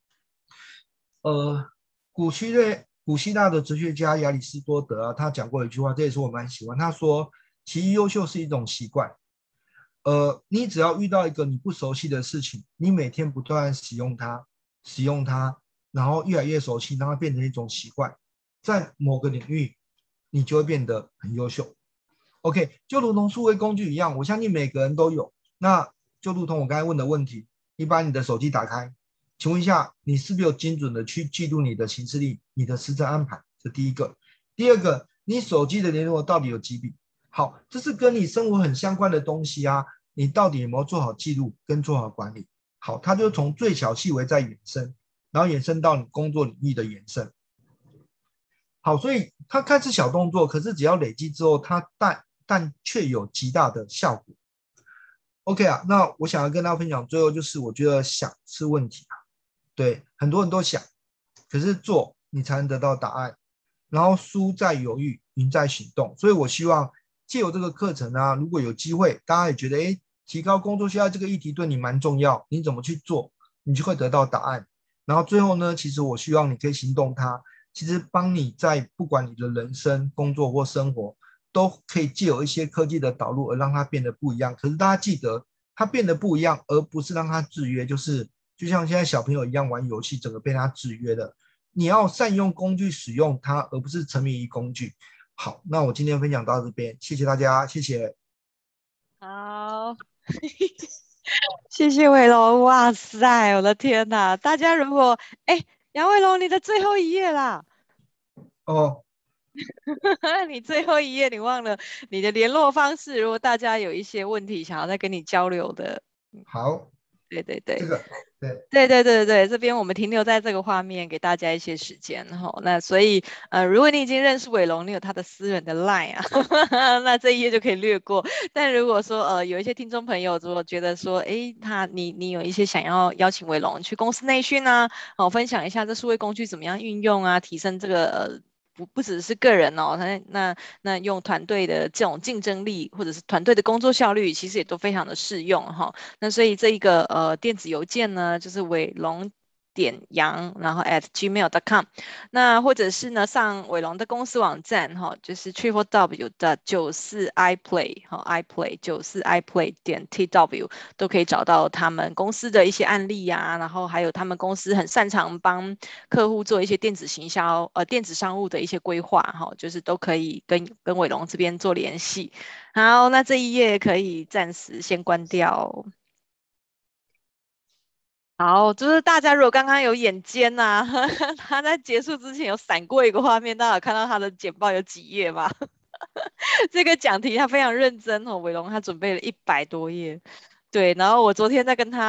[SPEAKER 1] 呃，古希腊古希腊的哲学家亚里士多德啊，他讲过一句话，这也是我蛮喜欢。他说，其实优秀是一种习惯。呃，你只要遇到一个你不熟悉的事情，你每天不断使用它，使用它，然后越来越熟悉，让它变成一种习惯，在某个领域，你就会变得很优秀。OK，就如同数位工具一样，我相信每个人都有。那就如同我刚才问的问题，你把你的手机打开，请问一下，你是不是有精准的去记录你的行事历、你的时程安排？这第一个。第二个，你手机的联络到底有几笔？好，这是跟你生活很相关的东西啊，你到底有没有做好记录跟做好管理？好，它就从最小细微再延伸，然后延伸到你工作领域的延伸。好，所以它看似小动作，可是只要累积之后，它但但却有极大的效果。OK 啊，那我想要跟大家分享，最后就是我觉得想是问题啊，对，很多人都想，可是做你才能得到答案。然后输在犹豫，赢在行动。所以我希望借由这个课程啊，如果有机会，大家也觉得哎，提高工作效率这个议题对你蛮重要，你怎么去做，你就会得到答案。然后最后呢，其实我希望你可以行动它，其实帮你在不管你的人生、工作或生活，都可以借由一些科技的导入而让它变得不一样。可是大家记得，它变得不一样，而不是让它制约，就是就像现在小朋友一样玩游戏，整个被它制约了。你要善用工具使用它，而不是沉迷于工具。好，那我今天分享到这边，谢谢大家，谢谢。
[SPEAKER 2] 好，谢谢伟龙。哇塞，我的天哪！大家如果哎，杨伟龙，你的最后一页啦，
[SPEAKER 1] 哦，
[SPEAKER 2] 你最后一页你忘了你的联络方式，如果大家有一些问题想要再跟你交流的，嗯
[SPEAKER 1] 好，
[SPEAKER 2] 对对对。
[SPEAKER 1] 这个对，
[SPEAKER 2] 对对对对，这边我们停留在这个画面，给大家一些时间哈。那所以呃，如果你已经认识伟龙，你有他的私人的 line 啊，那这一页就可以略过。但如果说呃有一些听众朋友如果觉得说，诶，他你你有一些想要邀请伟龙去公司内训啊，哦，分享一下这数位工具怎么样运用啊，提升这个呃不不只是个人哦，那那那用团队的这种竞争力或者是团队的工作效率，其实也都非常的适用哈。那所以这一个呃电子邮件呢，就是伟龙点羊，然后 at gmail dot com，那或者是呢上伟龙的公司网站哈，就是 triple w 的九四 iPlay 哈 iPlay 九四 iPlay 点 tw 都可以找到他们公司的一些案例呀、然后还有他们公司很擅长帮客户做一些电子行销呃电子商务的一些规划哈，就是都可以跟跟伟龙这边做联系。好，那这一页可以暂时先关掉。好，就是大家如果刚刚有眼尖呐、他在结束之前有闪过一个画面，大家有看到他的简报有几页吗？这个讲题他非常认真哦，伟龙他准备了一百多页。对，然后我昨天在跟他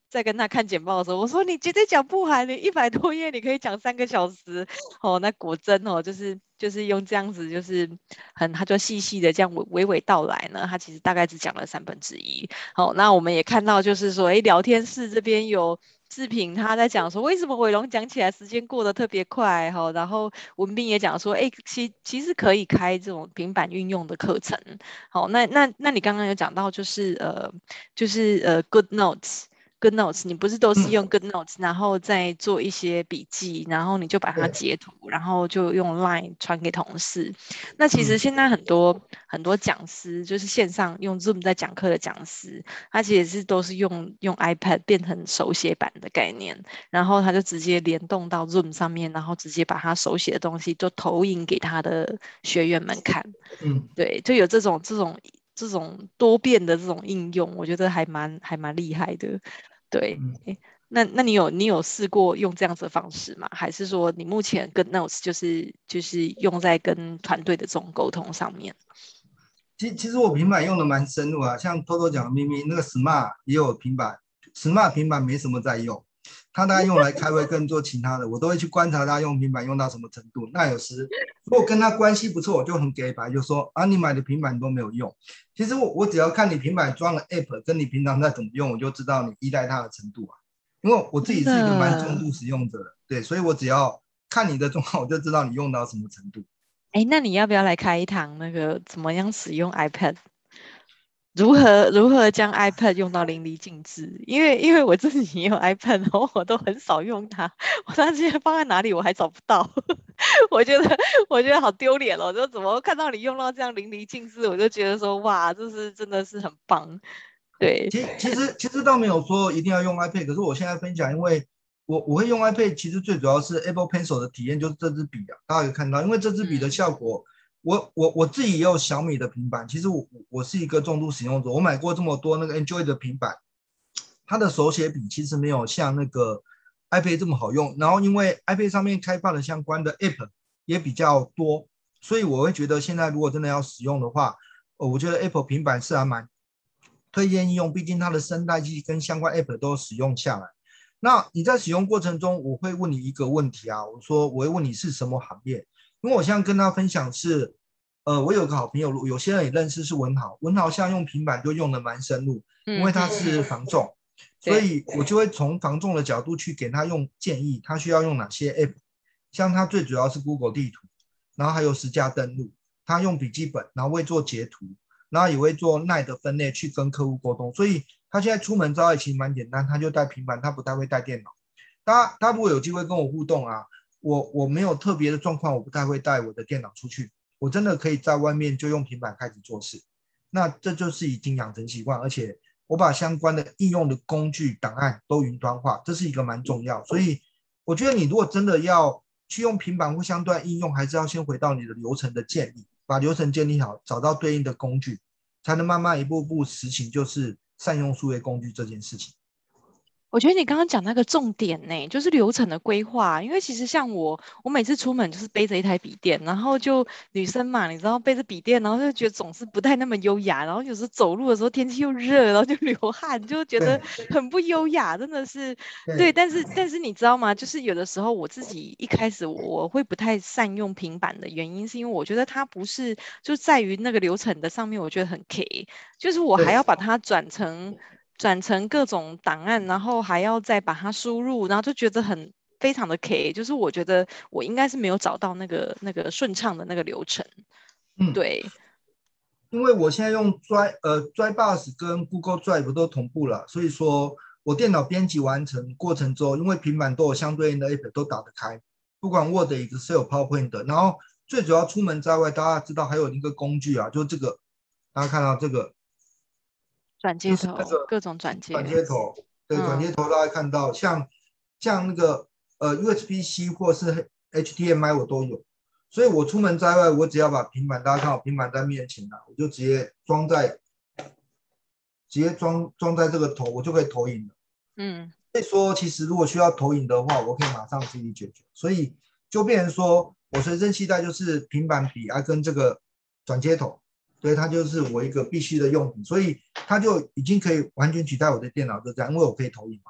[SPEAKER 2] 在跟他看简报的时候，我说你绝对讲不完，你一百多页你可以讲三个小时哦。那果真哦，就是就是用这样子，就是很他就细细的这样娓娓娓道来呢，他其实大概只讲了三分之一。好，那我们也看到就是说，哎，聊天室这边有志平他在讲说，为什么伟龙讲起来时间过得特别快哈，然后文斌也讲说，哎，其其实可以开这种平板运用的课程。好，那那那你刚刚有讲到就是呃就是呃 Good Notes。Good Notes，你不是都是
[SPEAKER 1] 嗯，
[SPEAKER 2] 用 Good Notes，然后再做一些笔记，然后你就把它
[SPEAKER 1] 对，
[SPEAKER 2] 截图，然后就用 Line 传给同事。那其实
[SPEAKER 1] 嗯，
[SPEAKER 2] 现在很多很多讲师，就是线上用 Zoom 在讲课的讲师，他其实是都是用用 iPad 变成手写版的概念，然后他就直接联动到 Zoom 上面，然后直接把他手写的东西都投影给他的学员们看。
[SPEAKER 1] 嗯，
[SPEAKER 2] 对，就有这种这种这种多变的这种应用，我觉得还蛮还蛮厉害的。对，
[SPEAKER 1] 嗯。
[SPEAKER 2] 诶那那你有你有试过用这样子的方式吗？还是说你目前跟 Notes 就是就是用在跟团队的这种沟通上面？
[SPEAKER 1] 其其实我平板用的蛮深入啊，像偷偷讲的咪咪那个 Smart 也有平板，Smart 平板没什么在用，他大概用来开会跟做其他的，我都会去观察他用平板用到什么程度。那有时如果跟他关系不错，我就很给白，就说啊，你买的平板都没有用。其实我我只要看你平板装了 App，跟你平常在怎么用，我就知道你依赖它的程度啊。因为我自
[SPEAKER 2] 真
[SPEAKER 1] 己是一个蛮重
[SPEAKER 2] 的，
[SPEAKER 1] 度使用者的，对，所以我只要看你的状况，我就知道你用到什么程度。
[SPEAKER 2] 哎，那你要不要来开一堂那个怎么样使用 iPad？如何如何将 iPad 用到淋漓尽致？因为因为我自己也有 iPad，然后我都很少用它，我它现在放在哪里我还找不到，我觉得我觉得好丢脸哦！就怎么看到你用到这样淋漓尽致，我就觉得说哇，这是真的是很棒。对，
[SPEAKER 1] 其其实其实倒没有说一定要用 iPad，可是我现在分享，因为我我会用 iPad，其实最主要是 Apple Pencil 的体验就是这支笔啊，大家有看到，因为这支笔的
[SPEAKER 2] 嗯
[SPEAKER 1] 效果，我我我自己也有小米的平板，其实我我是一个重度使用者，我买过这么多那个 Android 的平板，它的手写笔其实没有像那个 iPad 这么好用，然后因为 iPad 上面开发的相关的 App 也比较多，所以我会觉得现在如果真的要使用的话，呃我觉得 Apple 平板是还蛮推荐应用，毕竟它的生态系跟相关 App 都使用下来。那你在使用过程中，我会问你一个问题啊，我说我会问你是什么行业，因为我现在跟他分享是，呃，我有个好朋友，有些人也认识是文豪，文豪现在用平板就用的蛮深入，因为
[SPEAKER 2] 嗯嗯
[SPEAKER 1] 他是
[SPEAKER 2] 嗯，
[SPEAKER 1] 防重，所
[SPEAKER 2] 对，
[SPEAKER 1] 以我就会从防重的角度去给他用建议，他需要用哪些 App，像他最主要是 Google 地图，然后还有实价登录，他用笔记本，然后会做截图，然后也会做耐的分类去跟客户沟通，所以他现在出门招也其实蛮简单，他就带平板，他不太会带电脑。他他如果有机会跟我互动啊，我我没有特别的状况，我不太会带我的电脑出去，我真的可以在外面就用平板开始做事。那这就是已经养成习惯，而且我把相关的应用的工具档案都云端化，这是一个蛮重要。所以我觉得你如果真的要去用平板或相对应用，还是要先回到你的流程的建立，把流程建立好，找到对应的工具，才能慢慢一步步实行，就是善用数位工具这件事情。
[SPEAKER 2] 我觉得你刚刚讲那个重点呢，就是流程的规划。因为其实像我，我每次出门就是背着一台笔电，然后就女生嘛，你知道背着笔电，然后就觉得总是不太那么优雅，然后有时候走路的时候天气又热，然后就流汗，就觉得
[SPEAKER 1] 对
[SPEAKER 2] 很不优雅，真的是。对，
[SPEAKER 1] 对
[SPEAKER 2] 但是但是你知道吗？就是有的时候我自己一开始我会不太善用平板的原因，是因为我觉得它不是就在于那个流程的上面，我觉得很 K，就是我还
[SPEAKER 1] 对
[SPEAKER 2] 要把它转成。转成各种档案，然后还要再把它输入，然后就觉得很非常的 K，就是我觉得我应该是没有找到那个那个顺畅的那个流程。
[SPEAKER 1] 嗯。
[SPEAKER 2] 对，
[SPEAKER 1] 因为我现在用 Drive 呃 Dropbox 跟 Google Drive 都同步了，所以说我电脑编辑完成过程中，因为平板都有相对应的 App 都打得开，不管 Word、Excel、PowerPoint，然后最主要出门在外，大家知道还有一个工具啊，就这个，大家看到这个
[SPEAKER 2] 转
[SPEAKER 1] 就
[SPEAKER 2] 接头，
[SPEAKER 1] 是那个
[SPEAKER 2] 各种转
[SPEAKER 1] 转
[SPEAKER 2] 接，
[SPEAKER 1] 接头，对，转接
[SPEAKER 2] 嗯，
[SPEAKER 1] 头大家看到像像那个呃 U S B C 或是 H D M I 我都有，所以我出门在外，我只要把平板，大家看我平板在面前啊，我就直接装在直接装装在这个头，我就可以投影了。
[SPEAKER 2] 嗯。
[SPEAKER 1] 所以说，其实如果需要投影的话，我可以马上自己解决。所以就变成说我随身携带就是平板笔啊，跟这个转接头，所以它就是我一个必须的用品。所以它就已经可以完全取代我的电脑，就这样，因为我可以投影嘛。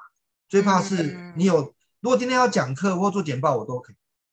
[SPEAKER 1] 最怕是你有，嗯、如果今天要讲课或做简报，我都可以。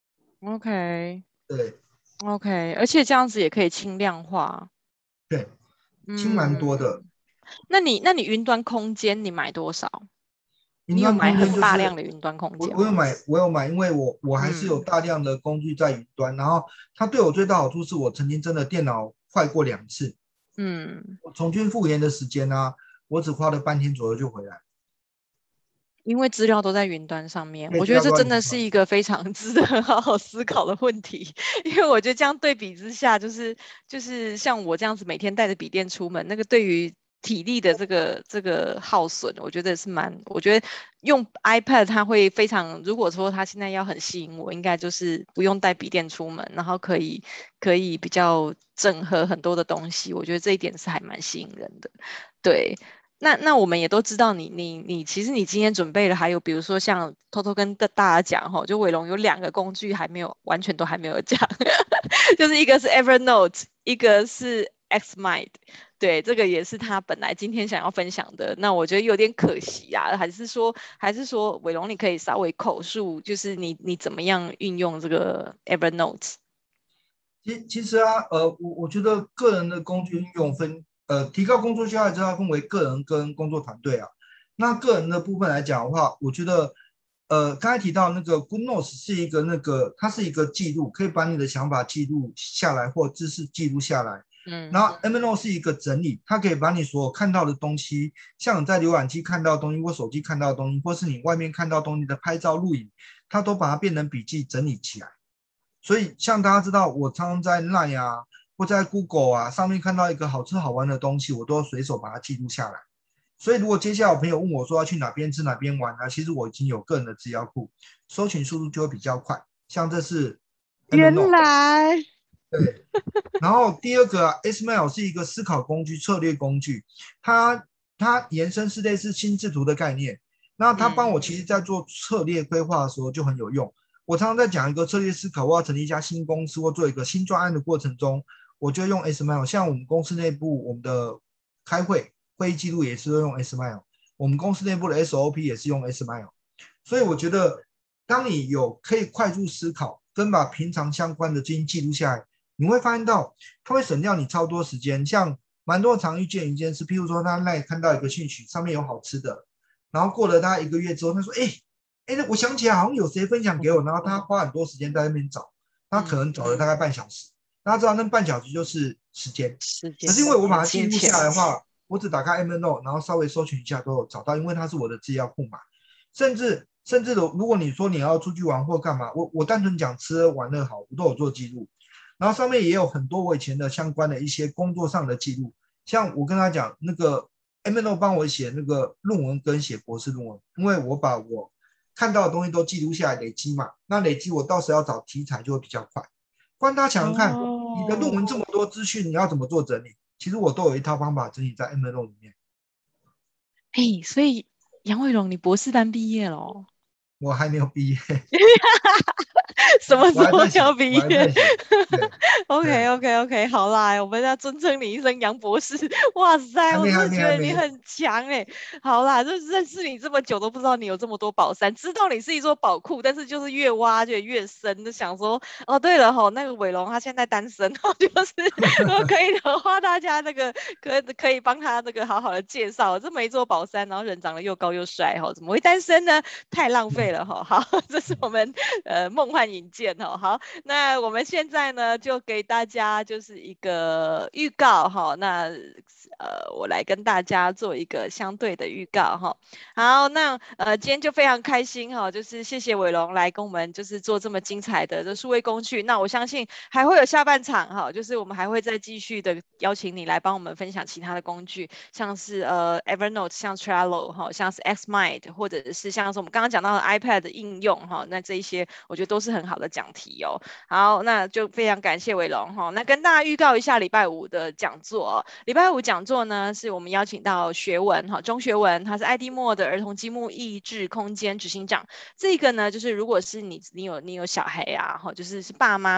[SPEAKER 2] OK，
[SPEAKER 1] 对
[SPEAKER 2] ，OK，而且这样子也可以轻量化。
[SPEAKER 1] 对，轻蛮多的。
[SPEAKER 2] 嗯，那你那你云端空间你买多少？你有
[SPEAKER 1] 云端空
[SPEAKER 2] 买很大量
[SPEAKER 1] 间就是
[SPEAKER 2] 的云端空间吗？
[SPEAKER 1] 我我有买我有买，因为我我还是有
[SPEAKER 2] 嗯
[SPEAKER 1] 大量的工具在云端，然后它对我最大好处是我曾经真的电脑坏过两次，
[SPEAKER 2] 嗯，
[SPEAKER 1] 我重新复原的时间啊，我只花了半天左右就回来。
[SPEAKER 2] 因为资料都在云端上面，
[SPEAKER 1] 对，
[SPEAKER 2] 我觉得这
[SPEAKER 1] 资料都在
[SPEAKER 2] 真的是
[SPEAKER 1] 云端。
[SPEAKER 2] 一个非常值得好好思考的问题。因为我觉得这样对比之下，就是就是像我这样子每天带着笔电出门，那个对于体力的这个这个耗损，我觉得是蛮，我觉得用 iPad 它会非常，如果说它现在要很吸引我，应该就是不用带笔电出门，然后可以可以比较整合很多的东西，我觉得这一点是还蛮吸引人的。对，那那我们也都知道你，你你其实你今天准备了，还有比如说像偷偷跟大大家讲哈，就伟龙有两个工具还没有完全都还没有讲，就是一个是 Evernote，一个是 Xmind。对，这个也是他本来今天想要分享的，那我觉得有点可惜啊，还是说还是说伟龙你可以稍微口述，就是你你怎么样运用这个 Evernote？
[SPEAKER 1] 其其实啊，呃，我我觉得个人的工具运用分，呃，提高工作效率之后分为个人跟工作团队啊。那个人的部分来讲的话，我觉得，呃，刚才提到那个 Good Notes 是一个那个，它是一个记录，可以把你的想法记录下来或知识记录下来。
[SPEAKER 2] 嗯
[SPEAKER 1] 然后 Evernote 是一个整理，它可以把你所有看到的东西，像你在浏览器看到的东西或手机看到的东西，或是你外面看到的东西的拍照录影，它都把它变成笔记整理起来。所以像大家知道，我常常在 Line 啊，或在 Google 啊上面看到一个好吃好玩的东西，我都随手把它记录下来。所以如果接下来有朋友问我说要去哪边吃哪边玩啊，其实我已经有个人的资料库，搜寻速度就会比较快。像这是
[SPEAKER 2] 原
[SPEAKER 1] Evernote，
[SPEAKER 2] 来，
[SPEAKER 1] 对。然后第二个啊 ，Smail 是一个思考工具、策略工具，它它延伸是类似心智图的概念。那它帮我
[SPEAKER 2] 嗯
[SPEAKER 1] 其实在做策略规划的时候就很有用。我常常在讲一个策略思考，我要成立一家新公司或做一个新专案的过程中，我就用 Smail。像我们公司内部，我们的开会会议记录也是用 Smail， 我们公司内部的 S O P 也是用 Smail。所以我觉得，当你有可以快速思考，跟把平常相关的经记录下来，你会发现到它会省掉你超多时间。像蛮多常遇见一件事，譬如说他那里看到一个兴趣上面有好吃的，然后过了大概一个月之后，他说：“哎、欸。”哎，我想起来好像有谁分享给我，然后他花很多时间在那边找，他可能找了大概半小时。大家知道那半小时就是时间，
[SPEAKER 2] 时间
[SPEAKER 1] 可是因为我把它记
[SPEAKER 2] 金钱，
[SPEAKER 1] 录下来的话，我只打开 Evernote， 然后稍微搜寻一下都有找到，因为它是我的资料库嘛。甚至甚至的，如果你说你要出去玩或干嘛，我我单纯讲吃喝玩乐好，我都有做记录。然后上面也有很多我以前的相关的一些工作上的记录，像我跟他讲那个 Evernote 帮我写那个论文跟写博士论文，因为我把我看到的东西都记录下来累积嘛，那累积我到时要找题材就会比较快。不然大家想想看，你的论文这么多资讯，你要怎么做整理？其实我都有一套方法整理在 Evernote 里面。
[SPEAKER 2] 哎，所以杨伟龙，你博士班毕业了？
[SPEAKER 1] 我还没有毕业，
[SPEAKER 2] 什么时候
[SPEAKER 1] 我还在写，
[SPEAKER 2] 要毕业
[SPEAKER 1] 我还在写。对
[SPEAKER 2] ？OK
[SPEAKER 1] 对，
[SPEAKER 2] OK OK，好啦，我们要尊称你一声杨博士。哇塞，
[SPEAKER 1] 还没还
[SPEAKER 2] 我真的觉
[SPEAKER 1] 没还没。
[SPEAKER 2] 得你很强哎。好啦，就认识你这么久都不知道你有这么多宝山，知道你是一座宝库，但是就是越挖就越深，就想说哦，对了哈，那个伟龙他现在单身，就是如果可以的话，大家那个可可以帮他那个好好的介绍这么一座宝山，然后人长得又高又帅哈，怎么会单身呢？太浪费了哈。好，这是我们呃梦幻引荐哈。好，那我们现在呢就给大家就是一个预告哈。那呃我来跟大家做一个相对的预告哈。好，那呃今天就非常开心哈，就是谢谢伟龙来跟我们就是做这么精彩的这数位工具。那我相信还会有下半场哈，就是我们还会再继续的邀请你来帮我们分享其他的工具，像是呃 Evernote，像 Trello 哈，像是 Xmind， 或者是像是我们刚刚讲到的 iPad 的应用哈，那这一些我觉得都是很好的讲题哦。好，那就非常感谢伟龙哈。那跟大家预告一下礼拜五的讲座哦。礼拜五讲座呢，是我们邀请到学文哈，钟学文，他是爱迪莫的儿童积木益智空间执行长。这个呢，就是如果是你你有你有小孩啊，哈，就是是爸妈。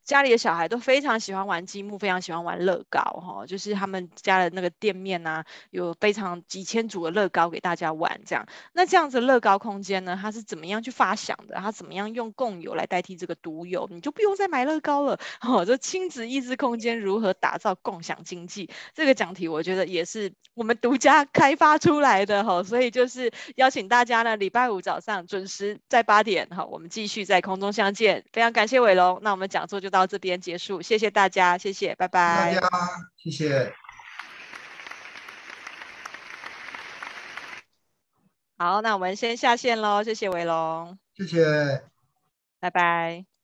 [SPEAKER 2] 家里的小孩都非常喜欢玩积木，非常喜欢玩乐高哈，就是他们家的那个店面啊，有非常几千组的乐高给大家玩这样。那这样子乐高空间呢，它是怎么样去发想的？它怎么样用共有来代替这个独有？你就不用再买乐高了。哦，这亲子益智空间如何打造共享经济？这个讲题我觉得也是我们独家开发出来的哈，所以就是邀请大家呢，礼拜五早上准时在八点哈，我们继续在空中相见。非常感谢伟龙，那我们讲座就到这边结束，谢谢大家，谢谢，拜
[SPEAKER 1] 谢谢大家，
[SPEAKER 2] 拜。
[SPEAKER 1] 谢谢。
[SPEAKER 2] 好，那我们先下线喽，谢谢伟龙，
[SPEAKER 1] 谢谢。
[SPEAKER 2] 拜拜。